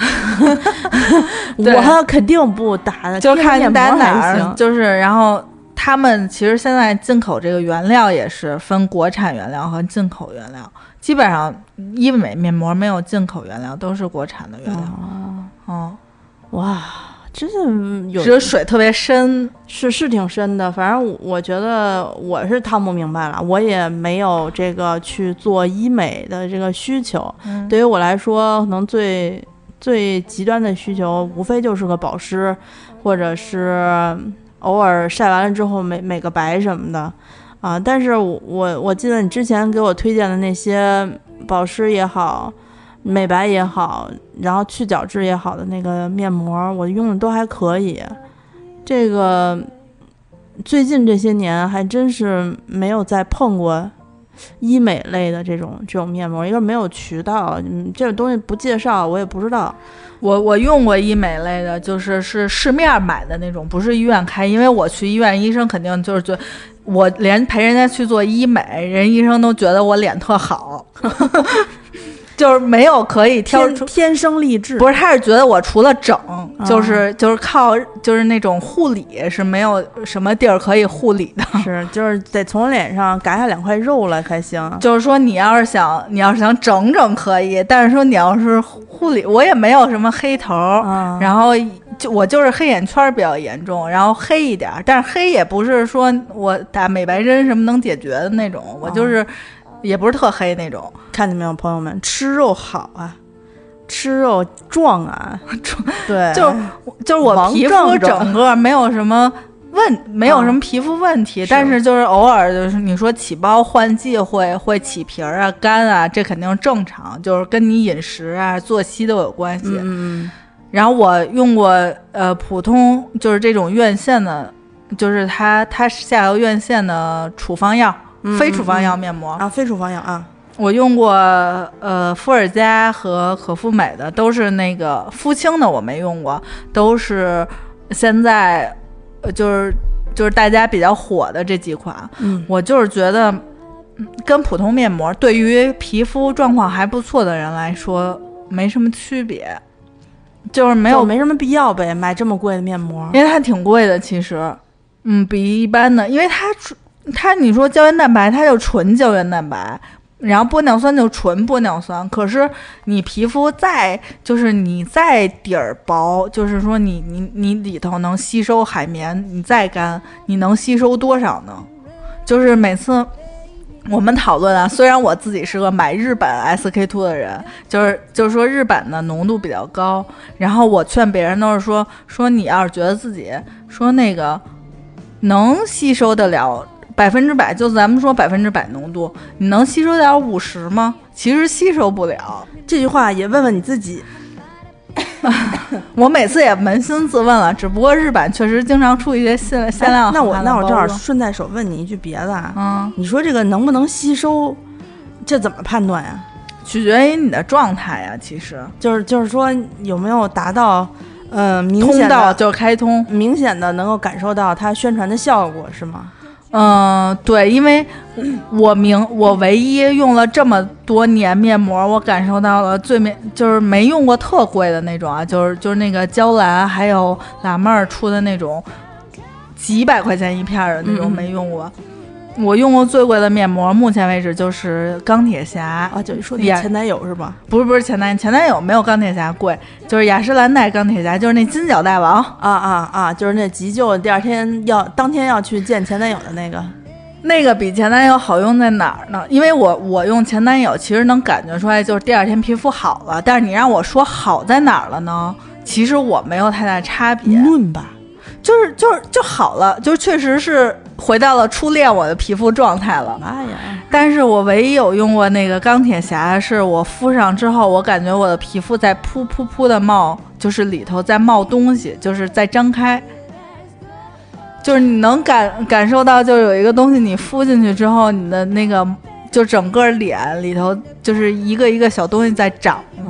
A: 我肯定不打的，
B: 就看你打哪儿。就是然后他们其实现在进口这个原料也是分国产原料和进口原料，基本上医美面膜没有进口原料，都是国产的原料。哦，
A: 哦哇，真是有，
B: 只是水特别深，
A: 是是挺深的。反正我觉得我是趟不明白了，我也没有这个去做医美的这个需求。嗯、对于我来说，可能最最极端的需求，无非就是个保湿，或者是偶尔晒完了之后美美个白什么的啊。但是我我我记得你之前给我推荐的那些保湿也好，美白也好，然后去角质也好的那个面膜，我用的都还可以。这个最近这些年还真是没有再碰过医美类的这种这种面膜，一个没有渠道，嗯，这种东西不介绍我也不知道。
B: 我我用过医美类的，就是是市面买的那种，不是医院开，因为我去医院，医生肯定就是觉得我连陪人家去做医美，人医生都觉得我脸特好。就是没有可以挑出
A: 天, 天生丽质，
B: 不是，他是觉得我除了整，哦、就是就是靠就是那种护理是没有什么地儿可以护理的，
A: 是就是得从脸上嘎下两块肉来才行。
B: 就是说你要是想你要是想整整可以，但是说你要是护理，我也没有什么黑头，嗯、然后就我就是黑眼圈比较严重，然后黑一点，但是黑也不是说我打美白针什么能解决的那种，我就是。哦也不是特黑那种，
A: 看见没有，朋友们，吃肉好啊，吃肉壮啊，对，
B: 就就是我皮肤整个没有什么问，没有什么皮肤问题，啊、但是就是偶尔就是你说起包换季会会起皮儿啊、干啊，这肯定正常，就是跟你饮食啊、作息都有关系。
A: 嗯，
B: 然后我用过呃普通就是这种院线的，就是它它下游院线的处方药。非处方药面膜、
A: 嗯嗯、啊，非处方药啊，
B: 我用过呃伏尔加和可复美的，都是那个肤清的我没用过，都是现在呃就是就是大家比较火的这几款。
A: 嗯，
B: 我就是觉得跟普通面膜对于皮肤状况还不错的人来说没什么区别，就是没有
A: 就没什么必要呗，买这么贵的面膜，
B: 因为它挺贵的其实，嗯，比一般的，因为它它你说胶原蛋白，它就纯胶原蛋白，然后玻尿酸就纯玻尿酸。可是你皮肤再就是你再底儿薄，就是说你你你里头能吸收海绵，你再干，你能吸收多少呢？就是每次我们讨论啊，虽然我自己是个买日本 S K 二 的人，就是就是说日本的浓度比较高，然后我劝别人都是说说你要是觉得自己说那个能吸收得了。百分之百，就咱们说百分之百浓度，你能吸收点五十吗？其实吸收不了。
A: 这句话也问问你自己。
B: 我每次也扪心自问了，只不过日版确实经常出一些限限量、
A: 哎。那我那我正好顺带手问你一句别的啊，
B: 嗯，
A: 你说这个能不能吸收，这怎么判断呀？
B: 取决于你的状态呀，其实
A: 就是就是说有没有达到。呃，明显的
B: 就是开通，
A: 明显的能够感受到它宣传的效果是吗？
B: 嗯、呃，对，因为我明我唯一用了这么多年面膜，我感受到了最没就是没用过特贵的那种啊，就是就是那个娇兰还有辣妹儿出的那种几百块钱一片的那种没用过。嗯我用过最贵的面膜，目前为止就是钢铁侠
A: 啊，就是说你前男友是吧？
B: 不是不是前男友，前男友没有钢铁侠贵，就是雅诗兰黛钢铁侠，就是那金角大王
A: 啊啊啊，就是那急救第二天要当天要去见前男友的那个，
B: 那个比前男友好用在哪儿呢？因为我我用前男友其实能感觉出来，就是第二天皮肤好了，但是你让我说好在哪儿了呢？其实我没有太大差别，
A: 论吧。
B: 就是就是就好了，就确实是回到了初恋我的皮肤状态了。
A: 妈呀！
B: 但是我唯一有用过那个钢铁侠，是我敷上之后，我感觉我的皮肤在噗噗噗的冒，就是里头在冒东西，就是在张开，就是你能感感受到，就有一个东西你敷进去之后，你的那个就整个脸里头就是一个一个小东西在长。
A: 哦，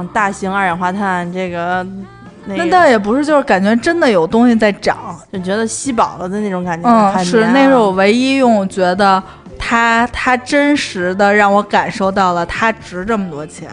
A: 嗯，大型二氧化碳这个。那,
B: 那倒也不是，就是感觉真的有东西在长，
A: 就觉得吸饱了的那种感觉。
B: 嗯，是那是我唯一用觉得它它真实的让我感受到了它值这么多钱。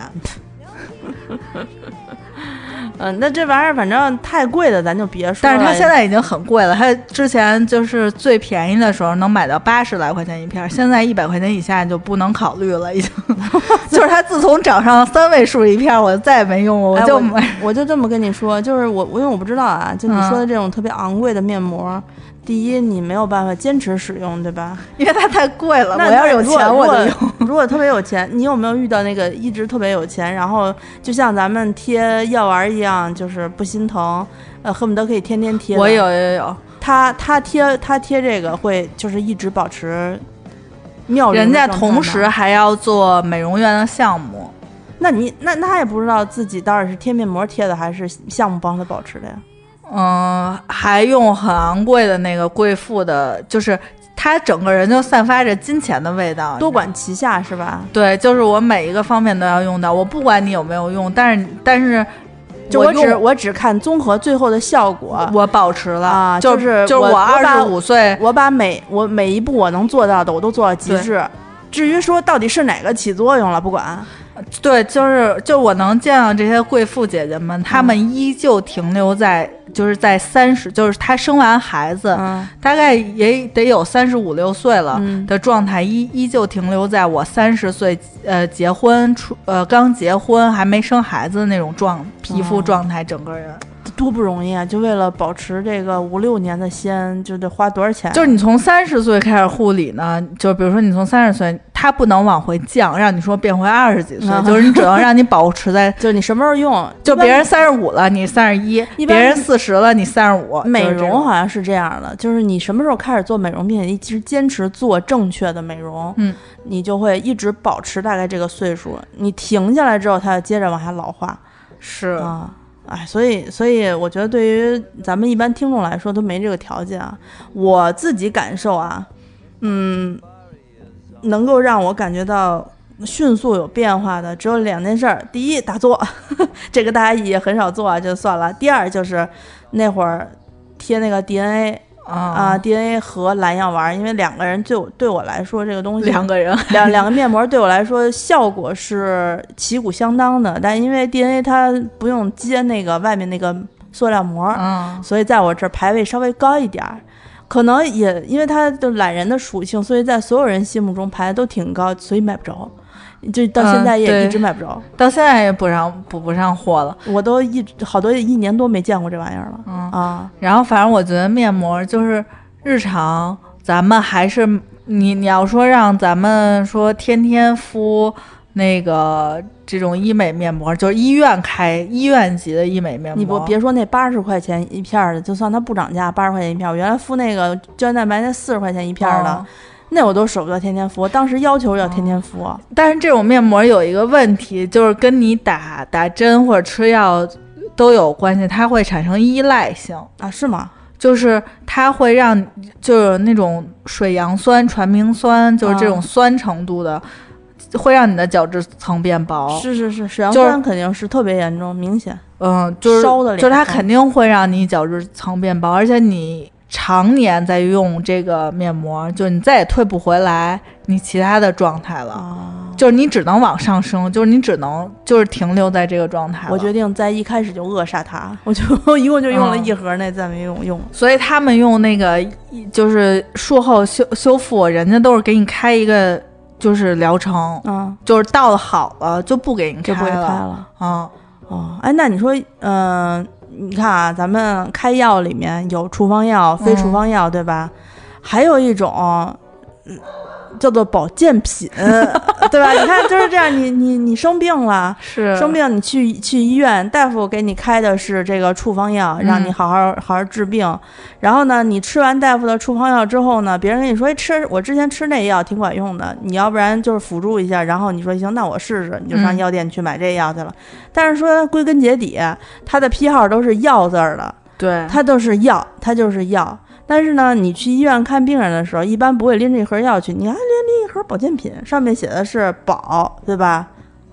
A: 嗯，那这玩意儿反正太贵的咱就别说了。
B: 但是它现在已经很贵了，它之前就是最便宜的时候能买到八十来块钱一片，现在一百块钱以下就不能考虑了，已经。就是它自从涨上三位数一片，我就再也没用过，我就买、
A: 哎、我, 我就这么跟你说，就是我因为我不知道啊，就你说的这种特别昂贵的面膜。嗯，第一，你没有办法坚持使用，对吧？
B: 因为它太贵了。我要有钱我就用。
A: 如果特别有钱，你有没有遇到那个一直特别有钱，然后就像咱们贴药丸一样，就是不心疼，呃，恨不得可以天天贴。
B: 我有有有。
A: 他他贴他贴这个会就是一直保持妙龄。
B: 人家同时还要做美容院的项目，
A: 那你那那他也不知道自己到底是贴面膜贴的还是项目帮他保持的呀？
B: 嗯，还用很昂贵的那个贵妇的，就是他整个人就散发着金钱的味道，
A: 多管齐下是吧？
B: 对，就是我每一个方面都要用到，我不管你有没有用，但是但是
A: 就我只我只看综合最后的效果，
B: 我保持了
A: 啊，
B: 就是就是我二十五岁，
A: 我把每我每一步我能做到的我都做到极致。至于说到底是哪个起作用了，不管。
B: 对，就是就我能见到这些贵妇姐姐们，她们依旧停留在、嗯、就是在三十，就是她生完孩子、嗯、大概也得有三十五六岁了的状态，依、嗯、依旧停留在我三十岁呃结婚出呃刚结婚还没生孩子的那种状皮肤状态，整个人。
A: 多不容易啊！就为了保持这个五六年的鲜，就得花多少钱、啊？
B: 就是你从三十岁开始护理呢，就比如说你从三十岁，它不能往回降，让你说变回二十几岁，嗯、就是你只能让你保持在，
A: 就你什么时候用，
B: 就别人三十五了，你三十一；别人四十了，你三十五。
A: 美容好像是这样的，就是你什么时候开始做美容，并且一直坚持做正确的美容，
B: 嗯，
A: 你就会一直保持大概这个岁数。你停下来之后，它就接着往下老化。
B: 是
A: 啊。哎，所以，所以我觉得对于咱们一般听众来说都没这个条件啊。我自己感受啊，嗯，能够让我感觉到迅速有变化的只有两件事儿。第一，打坐，这个大家也很少做啊，就算了。第二就是那会儿贴那个 D N A。啊、uh, ，D N A 和蓝药丸，因为两个人对我对我来说，这个东西
B: 两个人
A: 两两个面膜对我来说效果是旗鼓相当的，但因为 D N A 它不用接那个外面那个塑料膜，
B: 嗯，
A: 所以在我这儿排位稍微高一点，可能也因为它的懒人的属性，所以在所有人心目中排的都挺高，所以买不着。就到现在也一直买不着、
B: 嗯、到现在也补上补不上货了，
A: 我都一好多一年多没见过这玩意儿了。
B: 嗯
A: 啊，
B: 然后反正我觉得面膜就是日常咱们还是你你要说让咱们说天天敷那个这种医美面膜，就是医院开医院级的医美面膜，
A: 你不别说那八十块钱一片的，就算它不涨价八十块钱一片，我原来敷那个胶原蛋白那四十块钱一片的、哦，那我都舍不得天天敷，当时要求要天天敷、哦。
B: 但是这种面膜有一个问题，就是跟你打打针或者吃药都有关系，它会产生依赖性
A: 啊？是吗？
B: 就是它会让就是那种水杨酸、传明酸，就是这种酸程度的，哦、会让你的角质层变薄。
A: 是是是，水杨酸肯定是特别严重，明显。
B: 嗯，就是
A: 烧的脸，
B: 就是它肯定会让你角质层变薄，而且你常年在用这个面膜，就你再也退不回来你其他的状态了、哦、就是你只能往上升，就是你只能就是停留在这个状态了。
A: 我决定在一开始就扼杀它，我就一共就用了一盒那、嗯、再没用用。
B: 所以他们用那个就是术后修修复，人家都是给你开一个就是疗程，
A: 嗯，
B: 就是到了好了就不给你开了，
A: 就不给开了。
B: 嗯
A: 哦，哎，那你说嗯、呃你看啊，咱们开药里面有处方药、非处方药，嗯、对吧？还有一种、嗯、叫做保健品，对吧？你看就是这样，你你你生病了，
B: 是
A: 生病，你去去医院，大夫给你开的是这个处方药，让你好好、嗯、好好治病。然后呢，你吃完大夫的处方药之后呢，别人跟你说，哎，吃我之前吃那药挺管用的，你要不然就是辅助一下。然后你说行，那我试试，你就上药店去买这药去了。嗯、但是说归根结底，它的批号都是药字儿的，
B: 对，
A: 它都是药，它就是药。但是呢，你去医院看病人的时候，一般不会拎着一盒药去，你还拎拎一盒保健品，上面写的是保，对吧？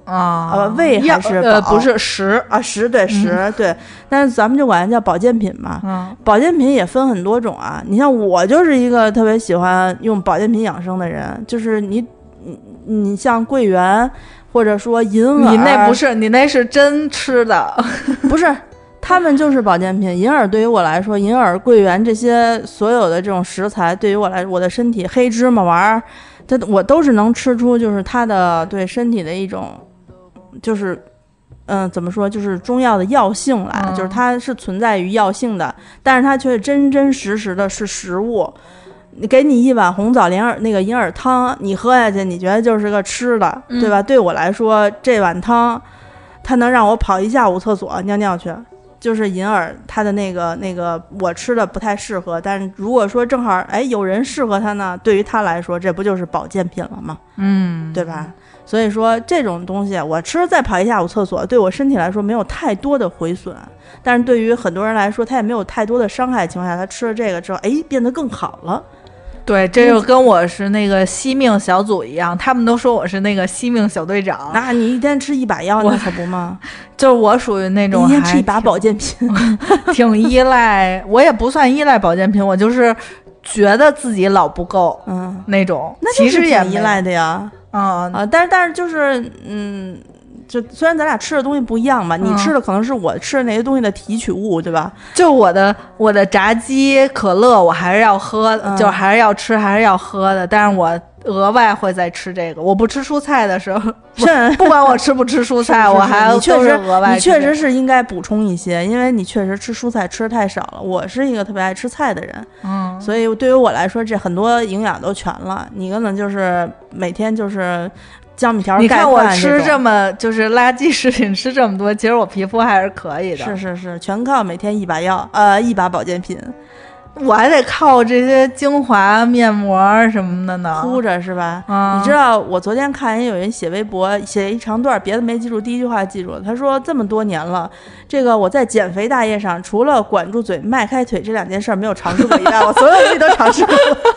B: 啊，
A: 呃，胃还是
B: 呃不是食
A: 啊食对食、嗯、对，但是咱们就管它叫保健品嘛。
B: 嗯，
A: 保健品也分很多种啊。你像我就是一个特别喜欢用保健品养生的人，就是你你你像桂圆或者说银耳，
B: 你那不是你那是真吃的，
A: 不是。他们就是保健品。银耳对于我来说，银耳、桂圆这些所有的这种食材，对于我来，我的身体，黑芝麻丸儿，它我都是能吃出，就是它的对身体的一种，就是嗯、呃，怎么说，就是中药的药性来，
B: 嗯、
A: 就是它是存在于药性的，但是它却真真实实的是食物。你给你一碗红枣莲耳那个银耳汤，你喝下去，你觉得就是个吃的，
B: 嗯、
A: 对吧？对我来说，这碗汤，它能让我跑一下午厕所尿尿去。就是银耳，它的那个那个我吃的不太适合，但是如果说正好哎有人适合它呢，对于它来说这不就是保健品了吗？
B: 嗯，
A: 对吧？所以说这种东西我吃再跑一下午厕所，对我身体来说没有太多的毁损，但是对于很多人来说，他也没有太多的伤害的情况下，他吃了这个之后，哎，变得更好了。
B: 对，这就跟我是那个惜命小组一样，他们都说我是那个惜命小队长。
A: 那你一天吃一把药，那可不吗？
B: 就是我属于那种
A: 一天吃一把保健品，
B: 挺依赖。我也不算依赖保健品，我就是觉得自己老不够，嗯，那种。
A: 那
B: 其实也
A: 挺依赖的呀，
B: 嗯
A: 啊，但是但是就是嗯。就虽然咱俩吃的东西不一样吧，你吃的可能是我吃的那些东西的提取物，对吧？
B: 就我的我的炸鸡、可乐，我还是要喝，嗯、就还是要吃，还是要喝的。但是我额外会再吃这个。我不吃蔬菜的时候，不, 不管我吃不吃蔬菜，
A: 是是是
B: 我还要
A: 确实
B: 额外。
A: 你确实是应该补充一些，因为你确实吃蔬菜吃的太少了。我是一个特别爱吃菜的人，
B: 嗯，
A: 所以对于我来说，这很多营养都全了。你可能就是每天就是江米条，
B: 你看我吃这么就是垃圾食品吃这么多，其实我皮肤还是可以的。
A: 是是是，全靠每天一把药，呃，一把保健品。
B: 我还得靠这些精华、面膜什么的呢，
A: 敷着是吧？
B: 嗯，
A: 你知道我昨天看有人写微博，写一长段，别的没记住，第一句话记住了。他说这么多年了，这个我在减肥大业上，除了管住嘴、迈开腿这两件事没有尝试过以外，我所有东西都尝试过。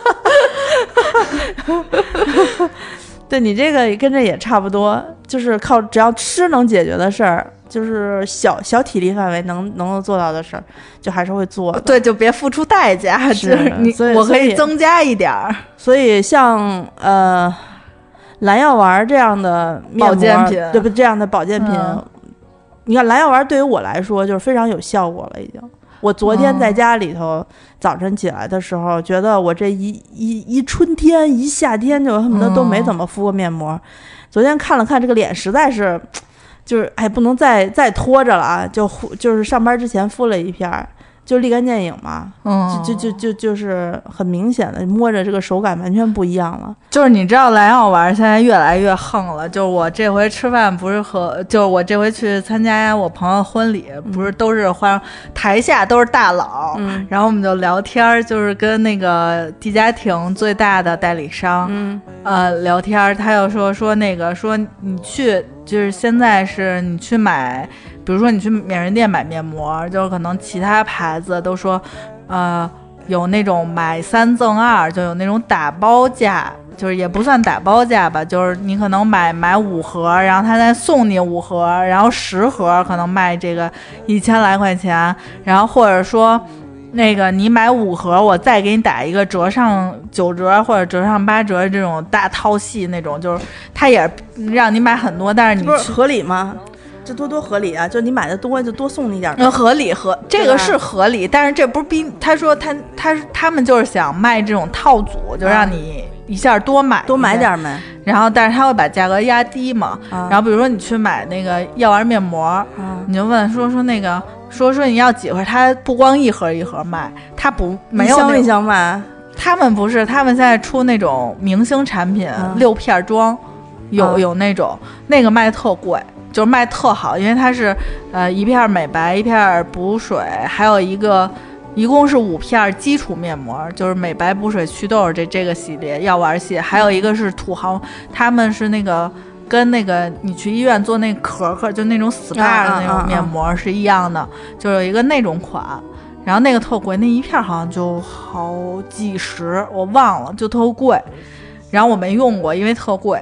A: 对，你这个跟这也差不多，就是靠只要吃能解决的事儿，就是小小体力范围能能够做到的事儿，就还是会做的。
B: 对，就别付出代价，
A: 是
B: 就是你我可以增加一点儿。
A: 所以像呃蓝药丸这样的
B: 保健品，
A: 对不？这样的保健品，
B: 嗯、
A: 你看蓝药丸对于我来说就是非常有效果了，已经。我昨天在家里头，嗯、早晨起来的时候，觉得我这一一一春天一夏天就恨不得都没怎么敷过面膜。嗯、昨天看了看这个脸，实在是，就是哎，不能再再拖着了啊！就就是上班之前敷了一片，就立竿见影嘛。
B: 嗯，
A: 就就就就就是很明显的摸着这个手感完全不一样了。
B: 就是你知道蓝药丸现在越来越横了，就是我这回吃饭不是和，就是我这回去参加我朋友婚礼，
A: 嗯、
B: 不是都是欢台下都是大佬，
A: 嗯，
B: 然后我们就聊天，就是跟那个地家亭最大的代理商，
A: 嗯，
B: 呃聊天，他又说说那个说你去，就是现在是你去买，比如说你去免税店买面膜，就是可能其他牌子都说，呃。有那种买三赠二，就有那种打包价，就是也不算打包价吧，就是你可能买买五盒，然后他再送你五盒，然后十盒可能卖这个一千来块钱，然后或者说那个你买五盒，我再给你打一个折上九折或者折上八折这种大套系那种，就是他也让你买很多，但是你
A: 不是合理吗？这多多合理啊！就你买的多，就多送你点。
B: 嗯，合理合这个是合理，但是这不是逼他说他他他们就是想卖这种套组，就让你一下多买、
A: 啊、多买点呗。
B: 然后，但是他会把价格压低嘛。啊、然后，比如说你去买那个药丸面膜，啊、你就问说说那个说说你要几盒，他不光一盒一盒卖，他不没有
A: 一箱一箱卖。
B: 他们不是，他们现在出那种明星产品，啊、六片装，有、啊、有那种那个卖特贵。就是卖特好，因为它是，呃，一片美白，一片补水，还有一个，一共是五片基础面膜，就是美白、补水、祛痘这这个系列药丸系，还有一个是土豪，他们是那个跟那个你去医院做那个壳壳，就那种 S P A 的那种面膜是一样的，啊啊啊就有一个那种款，然后那个特贵，那一片好像就好几十，我忘了，就特贵，然后我没用过，因为特贵。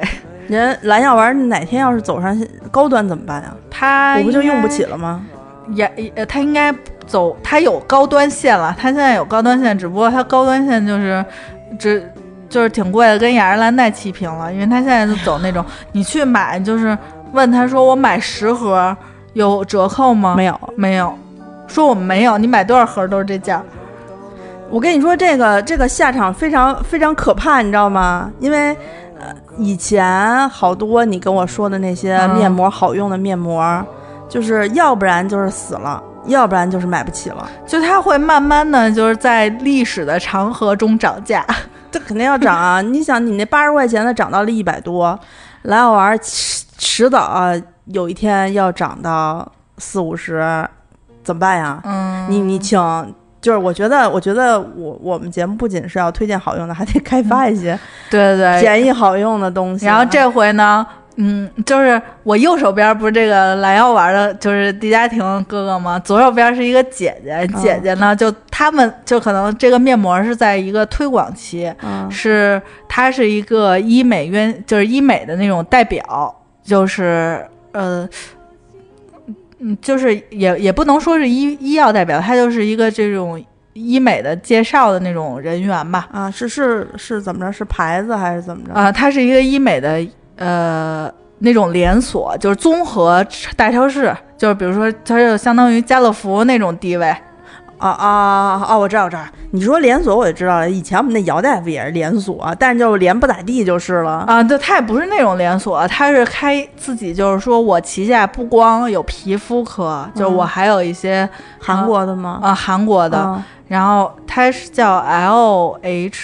A: 人蓝药丸哪天要是走上高端怎么办呀？
B: 它
A: 我不就用不起了吗？
B: 也呃，它应该走，它有高端线了，它现在有高端线，只不过它高端线就是只就是挺贵的，跟雅诗兰黛齐平了，因为它现在就走那种你去买就是问他说我买十盒有折扣吗？
A: 没有，
B: 没有，说我们没有，你买多少盒都是这价。
A: 我跟你说，这个这个下场非常非常可怕，你知道吗？因为呃，以前好多你跟我说的那些面膜、嗯、好用的面膜，就是要不然就是死了，要不然就是买不起了，
B: 就它会慢慢的就是在历史的长河中涨价。
A: 这肯定要涨啊！你想，你那八十块钱的涨到了一百多，蓝药丸迟早啊有一天要涨到四五十，怎么办呀？
B: 嗯，
A: 你你请，就是我觉得，我觉得我我们节目不仅是要推荐好用的，还得开发一些、嗯、
B: 对对
A: 便宜好用的东西。
B: 然后这回呢，嗯，就是我右手边不是这个蓝药丸的，就是狄嘉婷哥哥吗？左手边是一个姐姐，姐姐呢，嗯、就他们就可能这个面膜是在一个推广期，
A: 嗯、
B: 是它是一个医美院，就是医美的那种代表，就是呃。嗯，就是也也不能说是医医药代表，它就是一个这种医美的介绍的那种人员吧。
A: 啊，是是是怎么着？是牌子还是怎么着？
B: 啊，它是一个医美的呃那种连锁，就是综合大超市，就是比如说它就相当于家乐福那种地位。
A: 啊啊啊！我知道，我知道。你说连锁我也知道了，以前我们那姚大夫也是连锁，但是就连不咋地就是了。
B: 啊，对，他也不是那种连锁，他是开自己，就是说我旗下不光有皮肤科，嗯、就是我还有一些
A: 韩国的吗？
B: 啊，韩国的。
A: 嗯、
B: 然后它是叫 L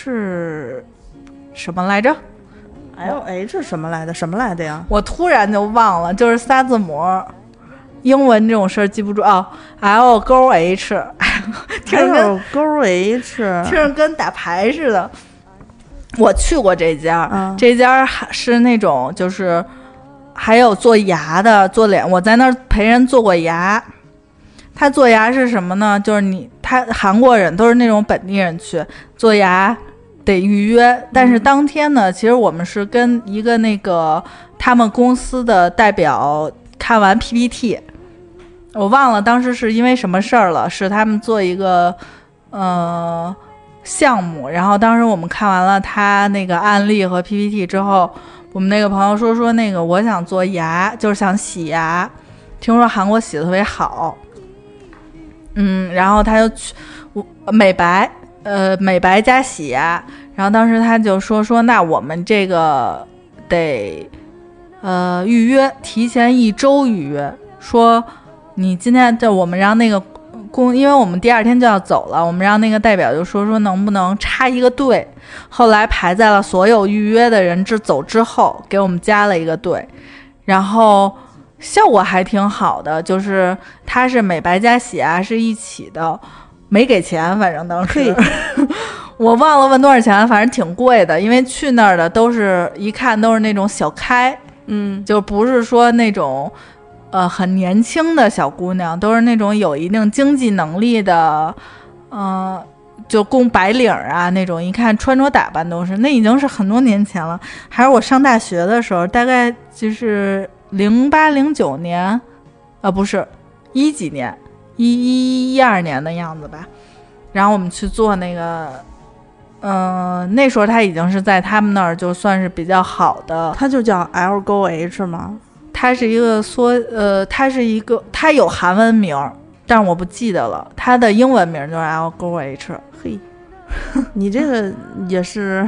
B: H 什么来着
A: ？L H 什么来的？什么来的呀？
B: 我突然就忘了，就是仨字母。英文这种事儿记不住哦 ，L 勾 H， 听着跟
A: 勾 H，
B: 听着跟打牌似的。我去过这家，
A: 嗯、
B: 这家是那种就是还有做牙的、做脸，我在那儿陪人做过牙。他做牙是什么呢？就是你他韩国人都是那种本地人去做牙得预约，但是当天呢，嗯、其实我们是跟一个那个他们公司的代表看完 P P T。我忘了当时是因为什么事儿了，是他们做一个呃项目，然后当时我们看完了他那个案例和 P P T 之后，我们那个朋友说说那个我想做牙，就是想洗牙，听说韩国洗的特别好，嗯，然后他就去美白，呃美白加洗牙，然后当时他就说说那我们这个得呃预约，提前一周预约，说。你今天就我们让那个公，因为我们第二天就要走了，我们让那个代表就说说能不能插一个队，后来排在了所有预约的人之走之后，给我们加了一个队，然后效果还挺好的，就是它是美白加洗牙是一起的，没给钱，反正当时我忘了问多少钱，反正挺贵的，因为去那儿的都是一看都是那种小开，
A: 嗯，
B: 就不是说那种。呃，很年轻的小姑娘，都是那种有一定经济能力的，嗯、呃，就供白领啊那种，一看穿着打扮都是，那已经是很多年前了，还是我上大学的时候，大概就是零八零九年，呃，不是一几年，一一一二年的样子吧。然后我们去做那个，嗯、呃，那时候他已经是在他们那儿就算是比较好的，
A: 他就叫 L 勾 H 吗？
B: 它是一个缩，呃，它是一个，它有韩文名，但是我不记得了。它的英文名就是 L 勾 H。
A: 嘿，你这个也是，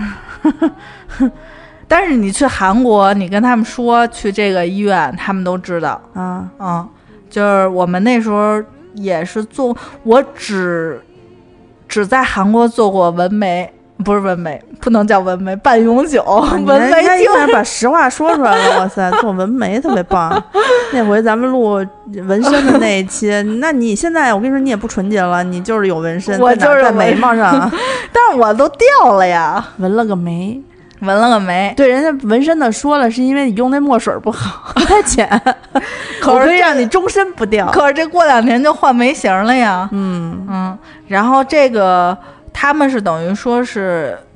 B: 但是你去韩国，你跟他们说去这个医院，他们都知道。
A: 啊，
B: 嗯，就是我们那时候也是做，我只只在韩国做过纹眉。不是纹眉，不能叫纹眉，半永久。纹眉
A: 应该把实话说出来了。哇塞，做纹眉特别棒。那回咱们录纹身的那一期，那你现在我跟你说，你也不纯洁了，你就是有纹身，
B: 我就是
A: 在眉毛上，
B: 但是我都掉了呀，
A: 纹了个眉，
B: 纹了个眉。
A: 对，人家纹身的说了，是因为你用那墨水不好，太浅，可是让你终身不掉。
B: 可是这过两年就换眉型了呀。
A: 嗯
B: 嗯，然后这个。他们是等于说是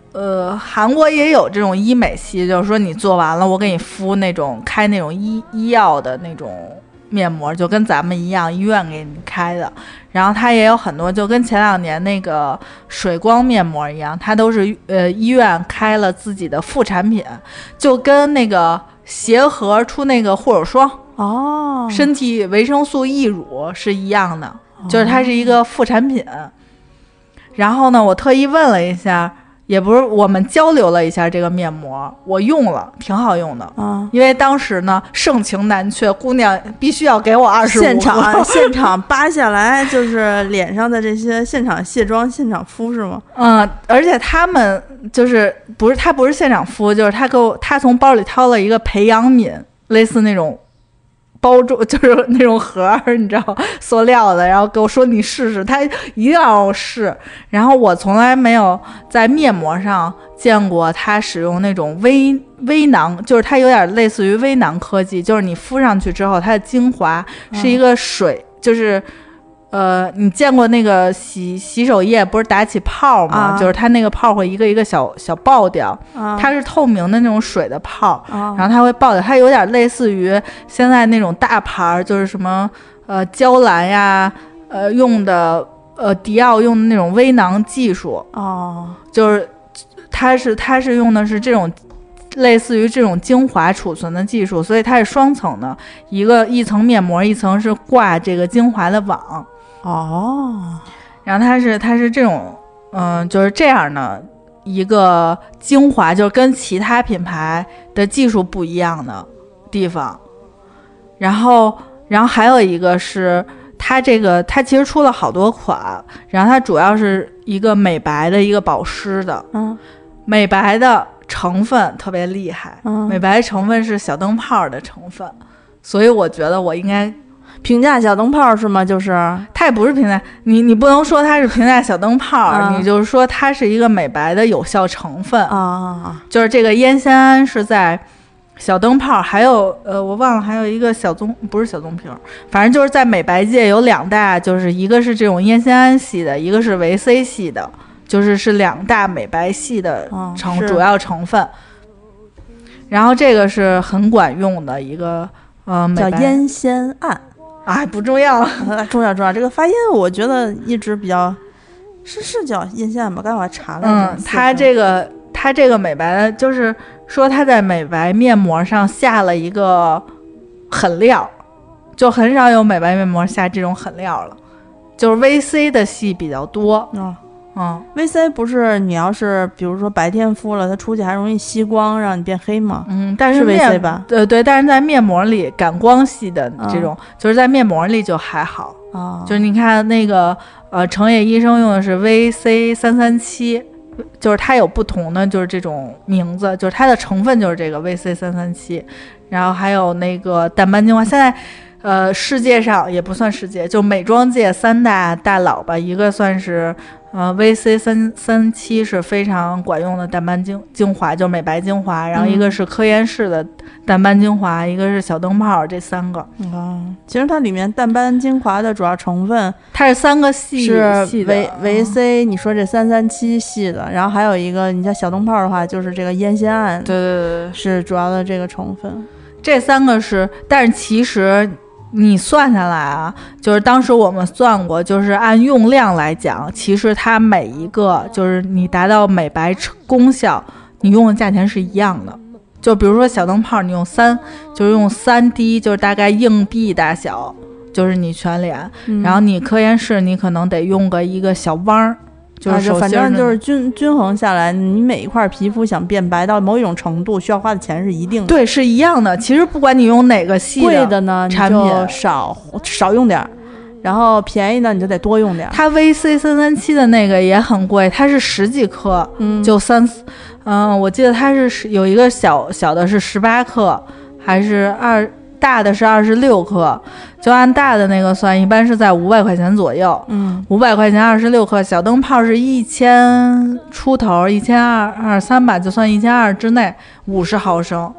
B: 呃，韩国也有这种医美系，就是说你做完了，我给你敷那种开那种医医药的那种面膜，就跟咱们一样，医院给你开的。然后它也有很多，就跟前两年那个水光面膜一样，它都是呃医院开了自己的副产品，就跟那个协和出那个护手霜
A: 哦，
B: 身体维生素 E 乳是一样的，就是它是一个副产品。然后呢，我特意问了一下。也不是，我们交流了一下这个面膜，我用了，挺好用的
A: 啊。
B: 因为当时呢盛情难却，姑娘必须要给我二十五个，
A: 现场现场扒下来，就是脸上的这些现场卸妆、现场敷是吗？
B: 嗯，而且他们就是不是他不是现场敷，就是他给我他从包里掏了一个培养皿，类似那种。包装就是那种盒你知道塑料的，然后给我说你试试，他一定要让我试。然后我从来没有在面膜上见过他使用那种微微囊，就是它有点类似于微囊科技，就是你敷上去之后它的精华是一个水、嗯、就是呃，你见过那个洗洗手液不是打起泡吗、啊、就是它那个泡会一个一个小小爆掉、啊、它是透明的那种水的泡、啊、然后它会爆掉，它有点类似于现在那种大牌就是什么呃娇兰呀呃用的呃迪奥用的那种微囊技术
A: 哦，
B: 就是它是它是用的是这种类似于这种精华储存的技术，所以它是双层的，一个一层面膜，一层是挂这个精华的网。
A: 哦，
B: 然后它是它是这种嗯就是这样的一个精华，就是跟其他品牌的技术不一样的地方。然后然后还有一个是它这个它其实出了好多款，然后它主要是一个美白的一个保湿的，
A: 嗯，
B: 美白的成分特别厉害、
A: 嗯、
B: 美白成分是小灯泡的成分，所以我觉得我应该
A: 评价小灯泡是吗？就是
B: 它也不是评价你你不能说它是评价小灯泡、啊、你就是说它是一个美白的有效成分
A: 啊，
B: 就是这个烟酰胺是在小灯泡，还有呃我忘了还有一个小棕不是小棕瓶，反正就是在美白界有两大，就是一个是这种烟酰胺系的，一个是维 C 系的，就是是两大美白系的成、哦、主要成分。然后这个是很管用的一个呃美白
A: 叫烟酰胺。
B: 哎，不重要，
A: 重要重要。这个发音我觉得一直比较是是叫烟酰胺吧？刚才我还查了一下。
B: 嗯，它这个它这个美白就是说它在美白面膜上下了一个狠料，就很少有美白面膜下这种狠料了，就是 V C 的系比较多。
A: 嗯
B: 嗯
A: ，V C 不是你要是比如说白天敷了，它出去还容易吸光，让你变黑吗？
B: 嗯，但是
A: V C 吧？
B: 对对，但是在面膜里感光系的这种，嗯、就是在面膜里就还好。
A: 哦、
B: 就是你看那个呃，成野医生用的是 V C 三三七，就是它有不同的就是这种名字，就是它的成分就是这个 V C 三三七，然后还有那个淡斑精华，现在。呃，世界上也不算世界，就美妆界三大大佬吧，一个算是呃 V C 三三七是非常管用的淡斑精精华，就美白精华，然后一个是科颜氏的淡斑精华，一个是小灯泡，这三个。
A: 嗯，其实它里面淡斑精华的主要成分，
B: 它是三个系
A: 是
B: 系
A: 维维 C，你说这三三七系的，然后还有一个你像小灯泡的话，就是这个烟酰胺，
B: 对对对，
A: 是主要的这个成分。
B: 这三个是，但是其实。你算下来啊，就是当时我们算过，就是按用量来讲，其实它每一个就是你达到美白功效，你用的价钱是一样的。就比如说小灯泡，你用三，就是用三滴，就是大概硬币大小，就是你全脸。
A: 嗯、
B: 然后你科颜氏，你可能得用个一个小弯儿。就是
A: 啊、反正就是均均衡下来，你每一块皮肤想变白到某一种程度，需要花的钱是一定的。
B: 对，是一样的。其实不管你用哪个系
A: 贵的呢，
B: 产品
A: 你就少少用点，然后便宜的你就得多用点。
B: 它 V C 三三七的那个也很贵，它是十几克，
A: 嗯，
B: 就三，嗯，我记得它是有一个小小的是十八克，还是二大的是二十六克，就按大的那个算，一般是在五百块钱左右。
A: 嗯，
B: 五百块钱二十六克，小灯泡是一千出头，一千二二三吧，就算一千二之内，五十毫升。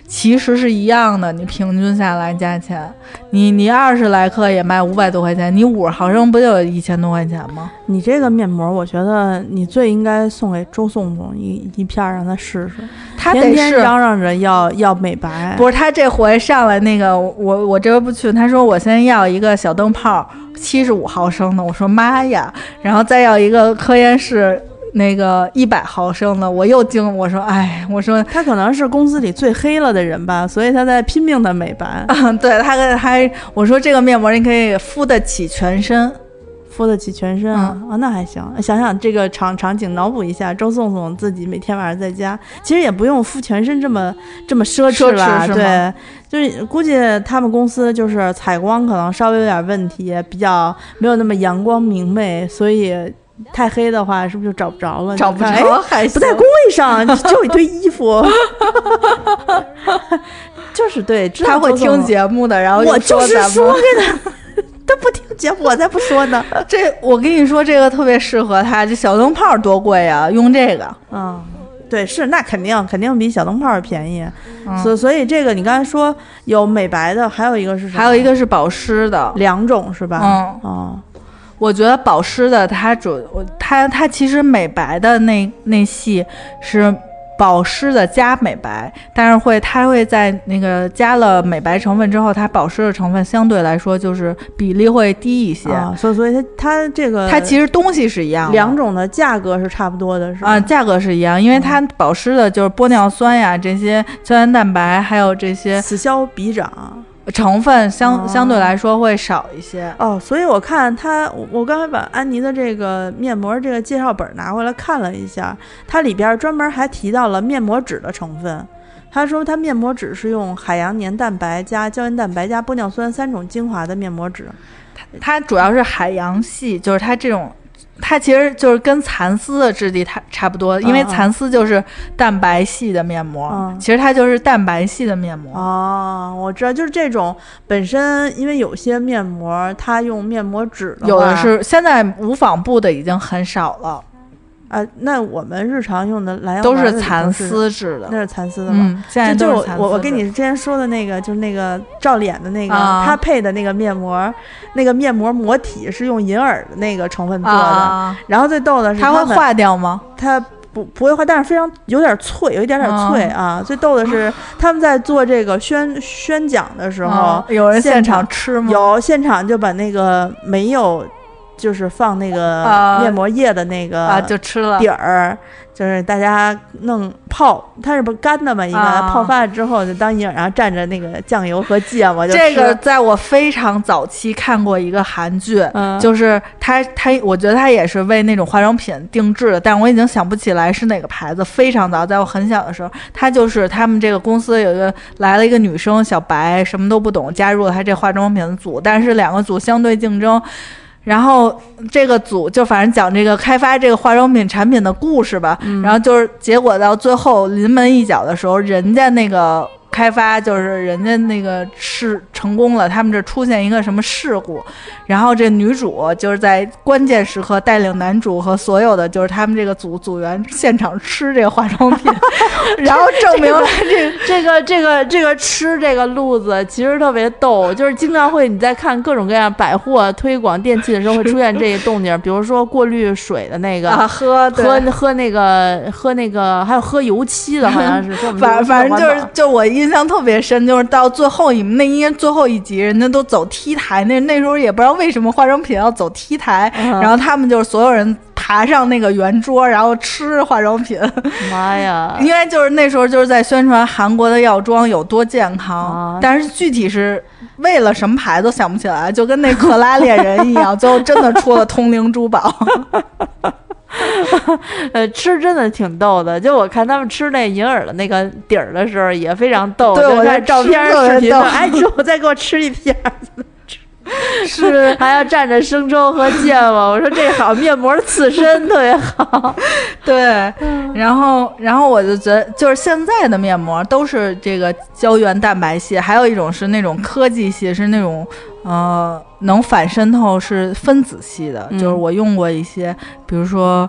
B: 其实是一样的，你平均下来价钱，你你二十来克也卖五百多块钱，你五十毫升不就有一千多块钱吗？
A: 你这个面膜，我觉得你最应该送给周颂颂一一片，让他试试。
B: 他得
A: 天天嚷嚷着要要美白，
B: 不是他这回上来那个，我我这回不去，他说我现在要一个小灯泡，七十五毫升的，我说妈呀，然后再要一个科研室。那个一百毫升的，我又惊，我说，哎，我说
A: 他可能是公司里最黑了的人吧，所以他在拼命的美白。
B: 嗯，对，他还我说这个面膜你可以敷得起全身，
A: 敷得起全身啊、嗯、啊，那还行。想想这个场场景，脑补一下，周颂颂自己每天晚上在家，其实也不用敷全身这么这么奢侈吧？对，就是估计他们公司就是采光可能稍微有点问题，比较没有那么阳光明媚，所以。太黑的话，是不是就找不着了？
B: 找不着还
A: 不在工位上，就一堆衣服。就是对，
B: 他会听节目的，然后
A: 我就是说给他，他不听节目，我才不说呢。
B: 这我跟你说，这个特别适合他。这小灯泡多贵啊，用这个。
A: 嗯，对，是那肯定肯定比小灯泡便宜。嗯、所所以这个你刚才说有美白的，还有一个是什么？
B: 还有一个是保湿的，
A: 两种是吧？
B: 嗯
A: 哦。
B: 我觉得保湿的它主它它其实美白的那那系是保湿的加美白，但是会它会在那个加了美白成分之后，它保湿的成分相对来说就是比例会低一些
A: 啊，所以所以它它这个
B: 它其实东西是一样的，
A: 两种的价格是差不多的，是吧？
B: 啊，价格是一样，因为它保湿的就是玻尿酸呀这些胶原蛋白，还有这些
A: 此消彼长。
B: 成分相相对来说会少一些
A: 哦，所以我看它，我刚才把安妮的这个面膜这个介绍本拿回来看了一下，它里边专门还提到了面膜脂的成分。他说它面膜脂是用海洋黏蛋白加胶原蛋白加玻尿酸三种精华的面膜脂，
B: 它它主要是海洋系，就是它这种。它其实就是跟蚕丝的质地它差不多，因为蚕丝就是蛋白系的面膜，
A: 嗯、
B: 其实它就是蛋白系的面膜。
A: 哦，我知道，就是这种本身，因为有些面膜它用面膜脂的话，
B: 有的是现在无纺布的已经很少了。
A: 啊，那我们日常用的蓝药
B: 都是蚕丝质的，
A: 那是蚕丝的吗？
B: 嗯，现在
A: 就
B: 都是蚕丝
A: 我我跟你之前说的那个，就是那个照脸的那个，
B: 啊、
A: 它配的那个面膜，那个面膜膜体是用银耳的那个成分做的。
B: 啊、
A: 然后最逗的是
B: 它会化掉吗？
A: 它不不会化，但是非常有点脆，有一点点脆啊。啊最逗的是他们在做这个宣宣讲的时候，
B: 啊、有人
A: 现
B: 场吃吗？
A: 有，现场就把那个没有。就是放那个面膜液的那个
B: 啊，就吃了
A: 底儿，就是大家弄泡，它是不干的嘛？应该、啊、泡发了之后就当银耳，然后蘸着那个酱油和芥末就吃。
B: 这个在我非常早期看过一个韩剧，
A: 嗯、
B: 就是它它，我觉得它也是为那种化妆品定制的，但我已经想不起来是哪个牌子。非常早，在我很小的时候，它就是他们这个公司有一个来了一个女生小白，什么都不懂，加入了他这化妆品组，但是两个组相对竞争。然后这个组就反正讲这个开发这个化妆品产品的故事吧，
A: 嗯、
B: 然后就是结果到最后临门一脚的时候，人家那个开发就是人家那个是成功了，他们这出现一个什么事故，然后这女主就是在关键时刻带领男主和所有的就是他们这个组组员现场吃这个化妆品，然后证明了这
A: 这个这个这个吃这个路子其实特别逗，就是经常会你在看各种各样百货推广电器的时候会出现这个动静，比如说过滤水的那个
B: 啊，喝
A: 喝喝那个喝那个还有喝油漆的，好像是
B: 反反正就是就我印象特别深，就是到最后一那应该最后一集人家都走 T 台，那那时候也不知道为什么化妆品要走 T 台、嗯、然后他们就是所有人爬上那个圆桌然后吃化妆品。
A: 妈呀，
B: 因为就是那时候就是在宣传韩国的药妆有多健康、
A: 啊、
B: 但是具体是为了什么牌都想不起来，就跟那克拉恋人一样最后真的出了通灵珠宝。
A: 呃，吃真的挺逗的，就我看他们吃那银耳的那个底儿的时候也非常逗。
B: 对，
A: 我看照片视频，哎，
B: 你
A: 说我再给我吃一片，
B: 是
A: 还要蘸着生抽和芥末。我说这好，面膜刺身特别好。
B: 对，然后然后我就觉得，就是现在的面膜都是这个胶原蛋白系，还有一种是那种科技系，是那种呃能反渗透是分子系的、嗯、就是我用过一些比如说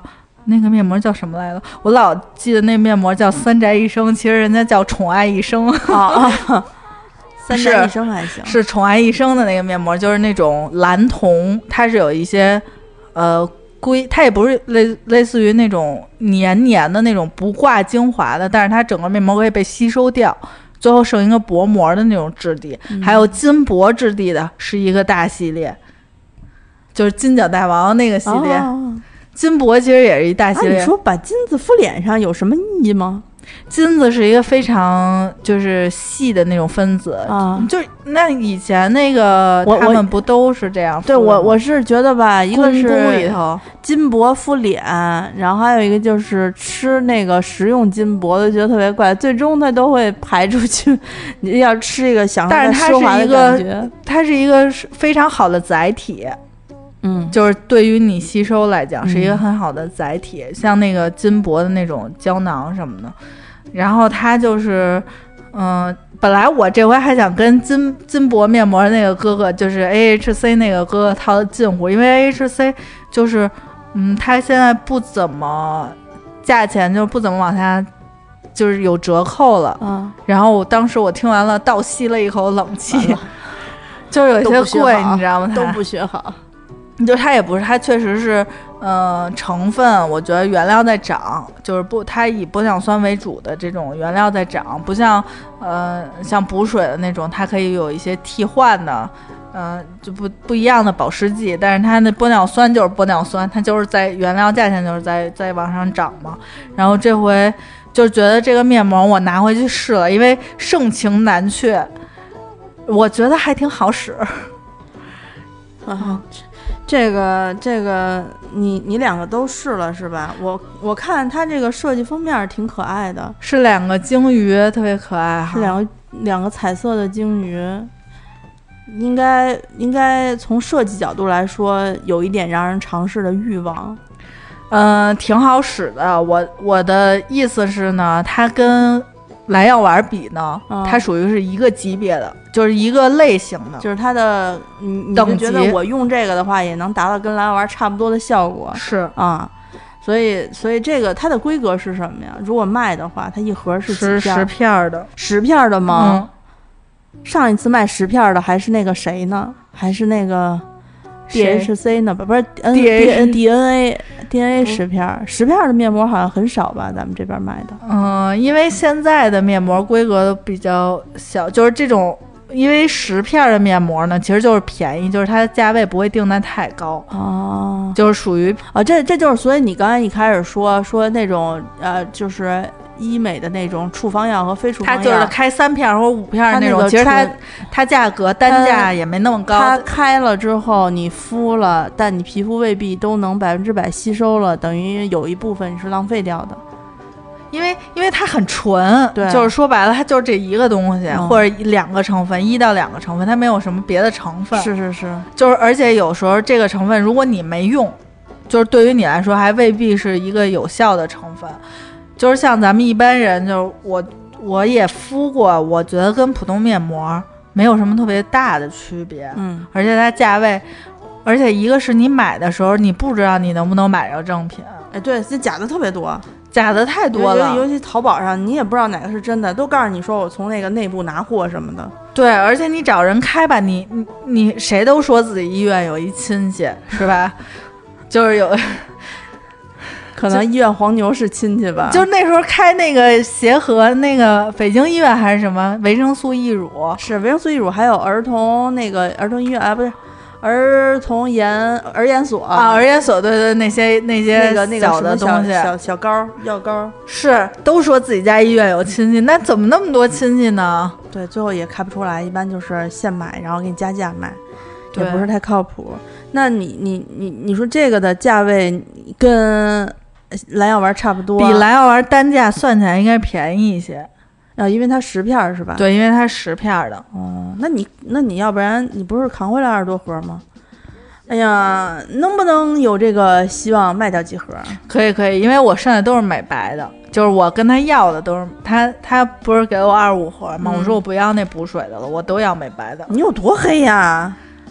B: 那个面膜叫什么来着？我老记得那面膜叫三宅一生，其实人家叫宠爱一生。
A: 啊啊，三宅一生还行，
B: 是宠爱一生的那个面膜，就是那种蓝铜，它是有一些呃硅，它也不是类类似于那种黏黏的那种不挂精华的，但是它整个面膜可以被吸收掉，最后剩一个薄膜的那种质地。嗯、还有金箔质地的是一个大系列，就是金角大王那个系列。哦，金箔其实也是一大系列。
A: 啊、你说把金子敷脸上有什么意义吗？
B: 金子是一个非常就是细的那种分子啊，就是那以前那个他们不都是这样敷？
A: 对，我我是觉得吧，一个是里头金箔敷脸，然后还有一个就是吃那个食用金箔的，觉得特别怪，最终它都会排出去。你要吃一个享受它奢华的感觉，
B: 它是一个非常好的载体。
A: 嗯，
B: 就是对于你吸收来讲是一个很好的载体，嗯、像那个金箔的那种胶囊什么的，然后它就是，嗯、呃，本来我这回还想跟金金箔面膜那个哥哥，就是 A H C 那个哥哥套近乎，因为 A H C 就是，嗯，他现在不怎么价钱就不怎么往下，就是有折扣了，
A: 嗯，
B: 然后我当时我听完了倒吸了一口冷气，就是有些贵，你知道吗？
A: 都不学好。
B: 就它也不是，它确实是，呃，成分我觉得原料在涨，就是不，它以玻尿酸为主的这种原料在涨，不像，呃，像补水的那种，它可以有一些替换的，呃，就不不一样的保湿剂，但是它那玻尿酸就是玻尿酸，它就是在原料价钱就是在在往上涨嘛。然后这回就觉得这个面膜我拿回去试了，因为盛情难却，我觉得还挺好使。
A: 啊。这个这个你你两个都试了是吧？我我看它这个设计封面挺可爱的，
B: 是两个鲸鱼，特别可爱哈，
A: 是两个两个彩色的鲸鱼，应该应该从设计角度来说，有一点让人尝试的欲望。
B: 嗯、呃，挺好使的。我我的意思是呢，它跟蓝药丸比呢，嗯、它属于是一个级别的，就是一个类型的，
A: 就是它的，你你就觉得我用这个的话，也能达到跟蓝药丸差不多的效果，
B: 是
A: 啊，所以所以这个它的规格是什么呀？如果卖的话，它一盒是几
B: 片？十片的，
A: 十片的吗？
B: 嗯、
A: 上一次卖十片的还是那个谁呢？还是那个 D H C 呢？不是 N D N D N A D N A 十片，十片的面膜好像很少吧？咱们这边卖的。
B: 嗯，因为现在的面膜规格都比较小，就是这种，因为十片的面膜呢，其实就是便宜，就是它的价位不会定的太高
A: 哦，
B: 就是属于
A: 啊，这这就是所以你刚才一开始说说那种呃，就是医美的那种处方药和非处方药，
B: 它就是开三片或者五片的那种，其实它它价格单价也没那么高。
A: 它开了之后你敷了，但你皮肤未必都能百分之百吸收了，等于有一部分是浪费掉的。
B: 因为因为它很纯，
A: 对，
B: 就是说白了，它就是这一个东西，嗯、或者两个成分，一到两个成分，它没有什么别的成分。
A: 是是是，
B: 就是而且有时候这个成分，如果你没用，就是对于你来说还未必是一个有效的成分。就是像咱们一般人，就是我我也敷过，我觉得跟普通面膜没有什么特别大的区别。
A: 嗯，
B: 而且它价位，而且一个是你买的时候你不知道你能不能买着正品。
A: 哎，对，这假的特别多。
B: 假的太多了，
A: 尤其淘宝上，你也不知道哪个是真的，都告诉你说我从那个内部拿货什么的。
B: 对，而且你找人开吧，你你你谁都说自己医院有一亲戚，是吧？就是有，
A: 可能医院黄牛是亲戚吧。
B: 就是那时候开那个协和那个北京医院还是什么维生素益乳，
A: 是维生素益乳，还有儿童那个儿童医院啊，不是。儿童研儿研所
B: 啊，儿研所，对对，那些那些
A: 那个那个
B: 小的东西，
A: 小小膏药膏，
B: 是都说自己家医院有亲戚，那怎么那么多亲戚呢？
A: 对，最后也开不出来，一般就是现买，然后给你加价卖，也不是太靠谱。那你你你你说这个的价位跟蓝药丸差不多，
B: 比蓝药丸单价算起来应该便宜一些。
A: 啊，因为它十片是吧？
B: 对，因为它十片的。
A: 哦，那你那你要不然你不是扛回来二十多盒吗？哎呀，能不能有这个希望卖掉几盒？
B: 可以可以，因为我剩下都是美白的，就是我跟他要的都是他他不是给我二十五盒吗？嗯、我说我不要那补水的了，我都要美白的。
A: 你有多黑呀？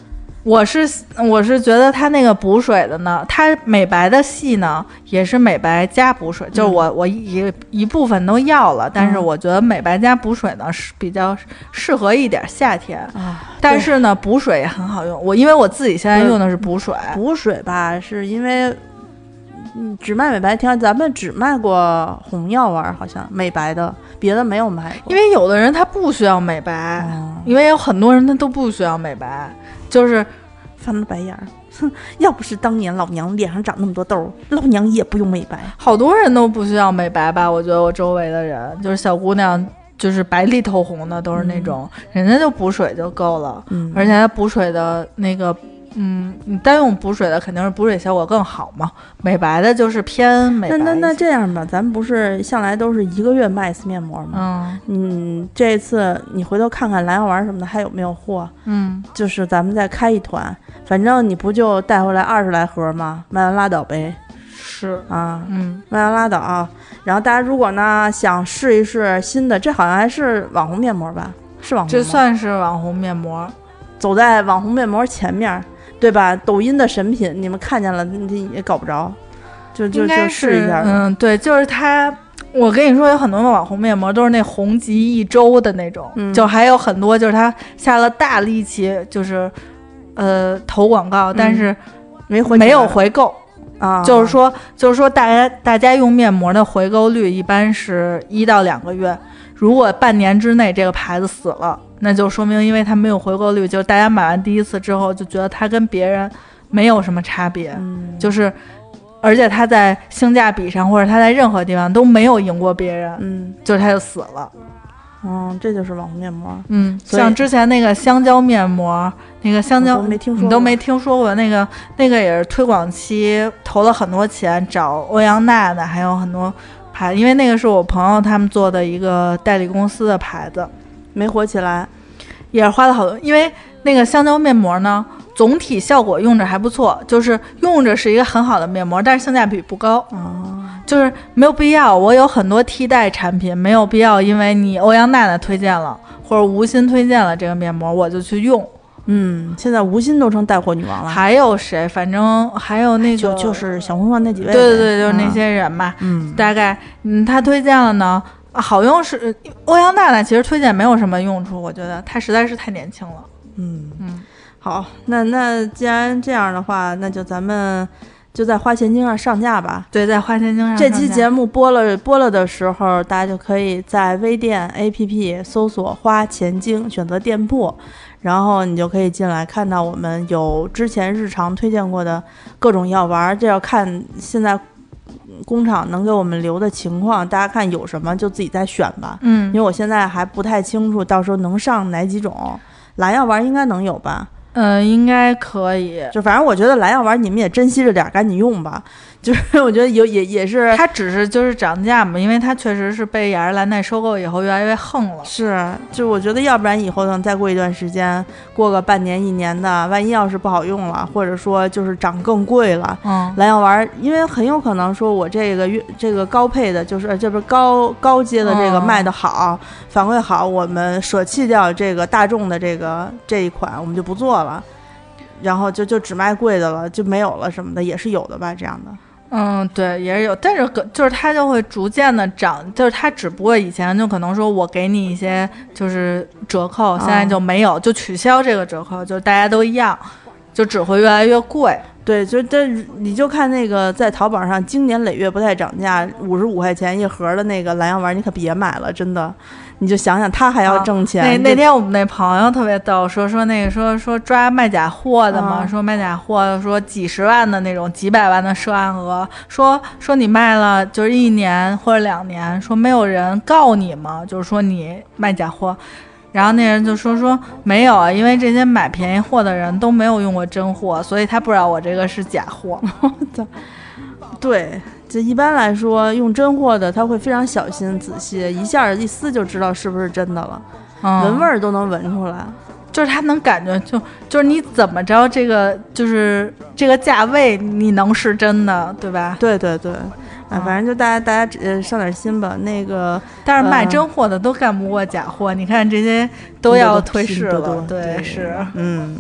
B: 我是我是觉得它那个补水的呢，它美白的系呢也是美白加补水，嗯、就是我我一一部分都要了，但是我觉得美白加补水呢是比较适合一点夏天啊。但是呢，补水也很好用，我因为我自己现在用的是补水。
A: 补水吧，是因为嗯只卖美白天，咱们只卖过红药丸，好像美白的，别的没有卖过。
B: 因为有的人他不需要美白，嗯、因为有很多人他都不需要美白。就是
A: 翻了白眼儿，哼！要不是当年老娘脸上长那么多痘，老娘也不用美白。
B: 好多人都不需要美白吧？我觉得我周围的人，就是小姑娘，就是白里透红的，都是那种、嗯、人家就补水就够了。嗯，而且它补水的那个，嗯，你单用补水的肯定是补水效果更好嘛。美白的就是偏美白。
A: 那那那这样吧，咱们不是向来都是一个月卖一次面膜吗？嗯，嗯，这次你回头看看蓝药丸什么的还有没有货？嗯，就是咱们再开一团，反正你不就带回来二十来盒吗？卖完拉倒呗。
B: 是
A: 啊，嗯，卖完拉倒啊。然后大家如果呢想试一试新的，这好像还是网红面膜吧？是网红面膜，
B: 这算是网红面膜，
A: 走在网红面膜前面。对吧？抖音的神品，你们看见了也搞不着，就就就试一下。
B: 嗯，对，就是它。我跟你说，有很多的网红面膜都是那红极一周的那种，嗯、就还有很多就是它下了大力气，就是呃投广告，但是
A: 没回、
B: 嗯、没有回购
A: 啊。
B: 就是说，就是说大家大家用面膜的回购率一般是一到两个月，如果半年之内这个牌子死了。那就说明因为它没有回购率，就是大家买完第一次之后就觉得它跟别人没有什么差别、嗯、就是而且它在性价比上或者它在任何地方都没有赢过别人，嗯，就是它就死了。
A: 嗯，这就是网红面膜。
B: 嗯，像之前那个香蕉面膜，那个香蕉
A: 没听说，
B: 你都没听说过，那个那个也是推广期投了很多钱，找欧阳娜娜还有很多牌子，因为那个是我朋友他们做的一个代理公司的牌子。
A: 没火起来，
B: 也是花了好多。因为那个香蕉面膜呢，总体效果用着还不错，就是用着是一个很好的面膜，但是性价比不高。哦，就是没有必要。我有很多替代产品，没有必要因为你欧阳娜娜推荐了或者吴昕推荐了这个面膜，我就去用。
A: 嗯，现在吴昕都成带货女王了。
B: 还有谁？反正还有那个，
A: 就就是小红书那几位。
B: 对对对，就是那些人嘛。嗯，大概嗯，他推荐了呢。好用是欧阳娜娜，其实推荐没有什么用处，我觉得她实在是太年轻了。
A: 嗯嗯，好，那那既然这样的话，那就咱们就在花钱精上上架吧。
B: 对，在花钱精上上
A: 架。这期节目播了播了的时候，大家就可以在微店 A P P 搜索花钱精，选择店铺，然后你就可以进来看到我们有之前日常推荐过的各种药丸，这要看现在工厂能给我们留的情况，大家看有什么就自己再选吧。嗯，因为我现在还不太清楚到时候能上哪几种。蓝药丸应该能有吧？
B: 嗯，应该可以。
A: 就反正我觉得蓝药丸你们也珍惜着点，赶紧用吧。就是我觉得有也也是，
B: 它只是就是涨价嘛，因为它确实是被雅诗兰黛收购以后越来越横了。
A: 是，就我觉得要不然以后呢，再过一段时间，过个半年一年的，万一要是不好用了，或者说就是涨更贵了，嗯，蓝药丸因为很有可能说我这个这个高配的，就是这不是高高阶的这个卖的好，嗯、反馈好，我们舍弃掉这个大众的这个这一款，我们就不做了。然后就就只卖贵的了，就没有了什么的，也是有的吧，这样的。
B: 嗯，对，也是有，但是就是它就会逐渐的涨，就是它只不过以前就可能说我给你一些就是折扣，现在就没有，就取消这个折扣，就大家都一样，就只会越来越贵。
A: 对，就这你就看那个在淘宝上经年累月不太涨价，五十五块钱一盒的那个蓝药丸，你可别买了，真的。你就想想，他还要挣钱。
B: 啊、那那天我们那朋友特别逗，说说那个说说抓卖假货的嘛，啊、说卖假货，说几十万的那种，几百万的涉案额，说说你卖了就是一年或者两年，说没有人告你吗？就是说你卖假货。然后那人就说说没有啊，因为这些买便宜货的人都没有用过真货，所以他不知道我这个是假货。
A: 对，这一般来说用真货的他会非常小心仔细，一下一撕就知道是不是真的了，嗯、闻味儿都能闻出来，
B: 就是他能感觉就就是你怎么着这个就是这个价位你能是真的，对吧？
A: 对对对。啊，反正就大家大家呃上点心吧。那个，
B: 但是卖真货的都干不过假货，呃、你看这些都要退市了，对，
A: 对是，嗯，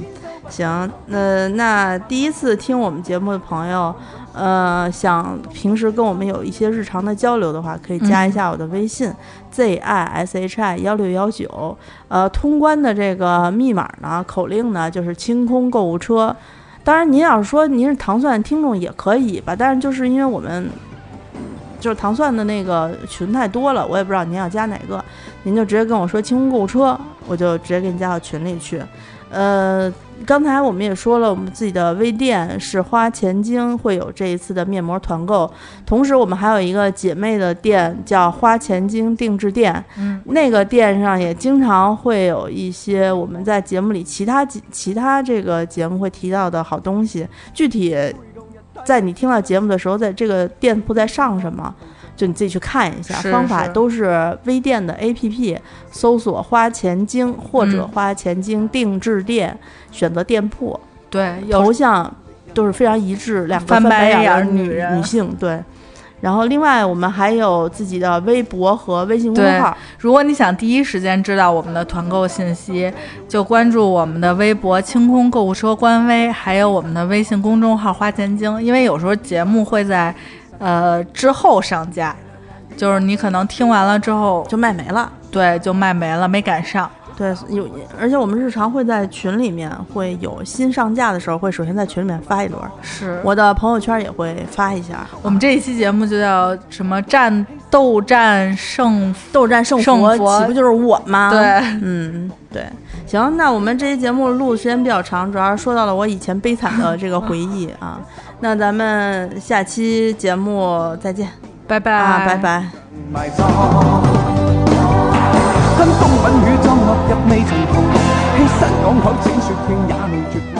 A: 行，呃，那第一次听我们节目的朋友，呃，想平时跟我们有一些日常的交流的话，可以加一下我的微信、嗯、z i s h i 幺六幺九，呃，通关的这个密码呢，口令呢就是清空购物车。当然，您要是说您是糖蒜听众也可以吧，但是就是因为我们就是糖蒜的那个群太多了，我也不知道您要加哪个，您就直接跟我说清空购物车，我就直接给你加到群里去。呃，刚才我们也说了，我们自己的微店是花钱精会有这一次的面膜团购，同时我们还有一个姐妹的店叫花钱精定制店，
B: 嗯，
A: 那个店上也经常会有一些我们在节目里其他其他这个节目会提到的好东西，具体在你听到节目的时候，在这个店铺在上什么，就你自己去看一下，
B: 是是
A: 方法都是微店的 A P P 搜索花钱精或者花钱精定制店、嗯、选择店铺，
B: 对，
A: 头像都是非常一致，两个
B: 翻白眼
A: 的女
B: 人
A: 女性，对。然后另外我们还有自己的微博和微信公众号，
B: 如果你想第一时间知道我们的团购信息，就关注我们的微博清空购物车官微，还有我们的微信公众号花钱精，因为有时候节目会在呃之后上架，就是你可能听完了之后
A: 就卖没了，
B: 对，就卖没了，没赶上。
A: 对，有，而且我们日常会在群里面会有新上架的时候，会首先在群里面发一轮，
B: 是我
A: 的朋友圈也会发一下。
B: 我们这一期节目就叫什么战斗战胜
A: 斗战胜
B: 佛，
A: 岂不就是我吗？
B: 对，
A: 嗯，对。行，那我们这期节目录的时间比较长，主要是说到了我以前悲惨的这个回忆啊。那咱们下期节目再见，
B: 拜拜，
A: 啊，拜拜。
C: 跟風吻雨裝落入未曾同，犧牲港口請雪聽也未絕。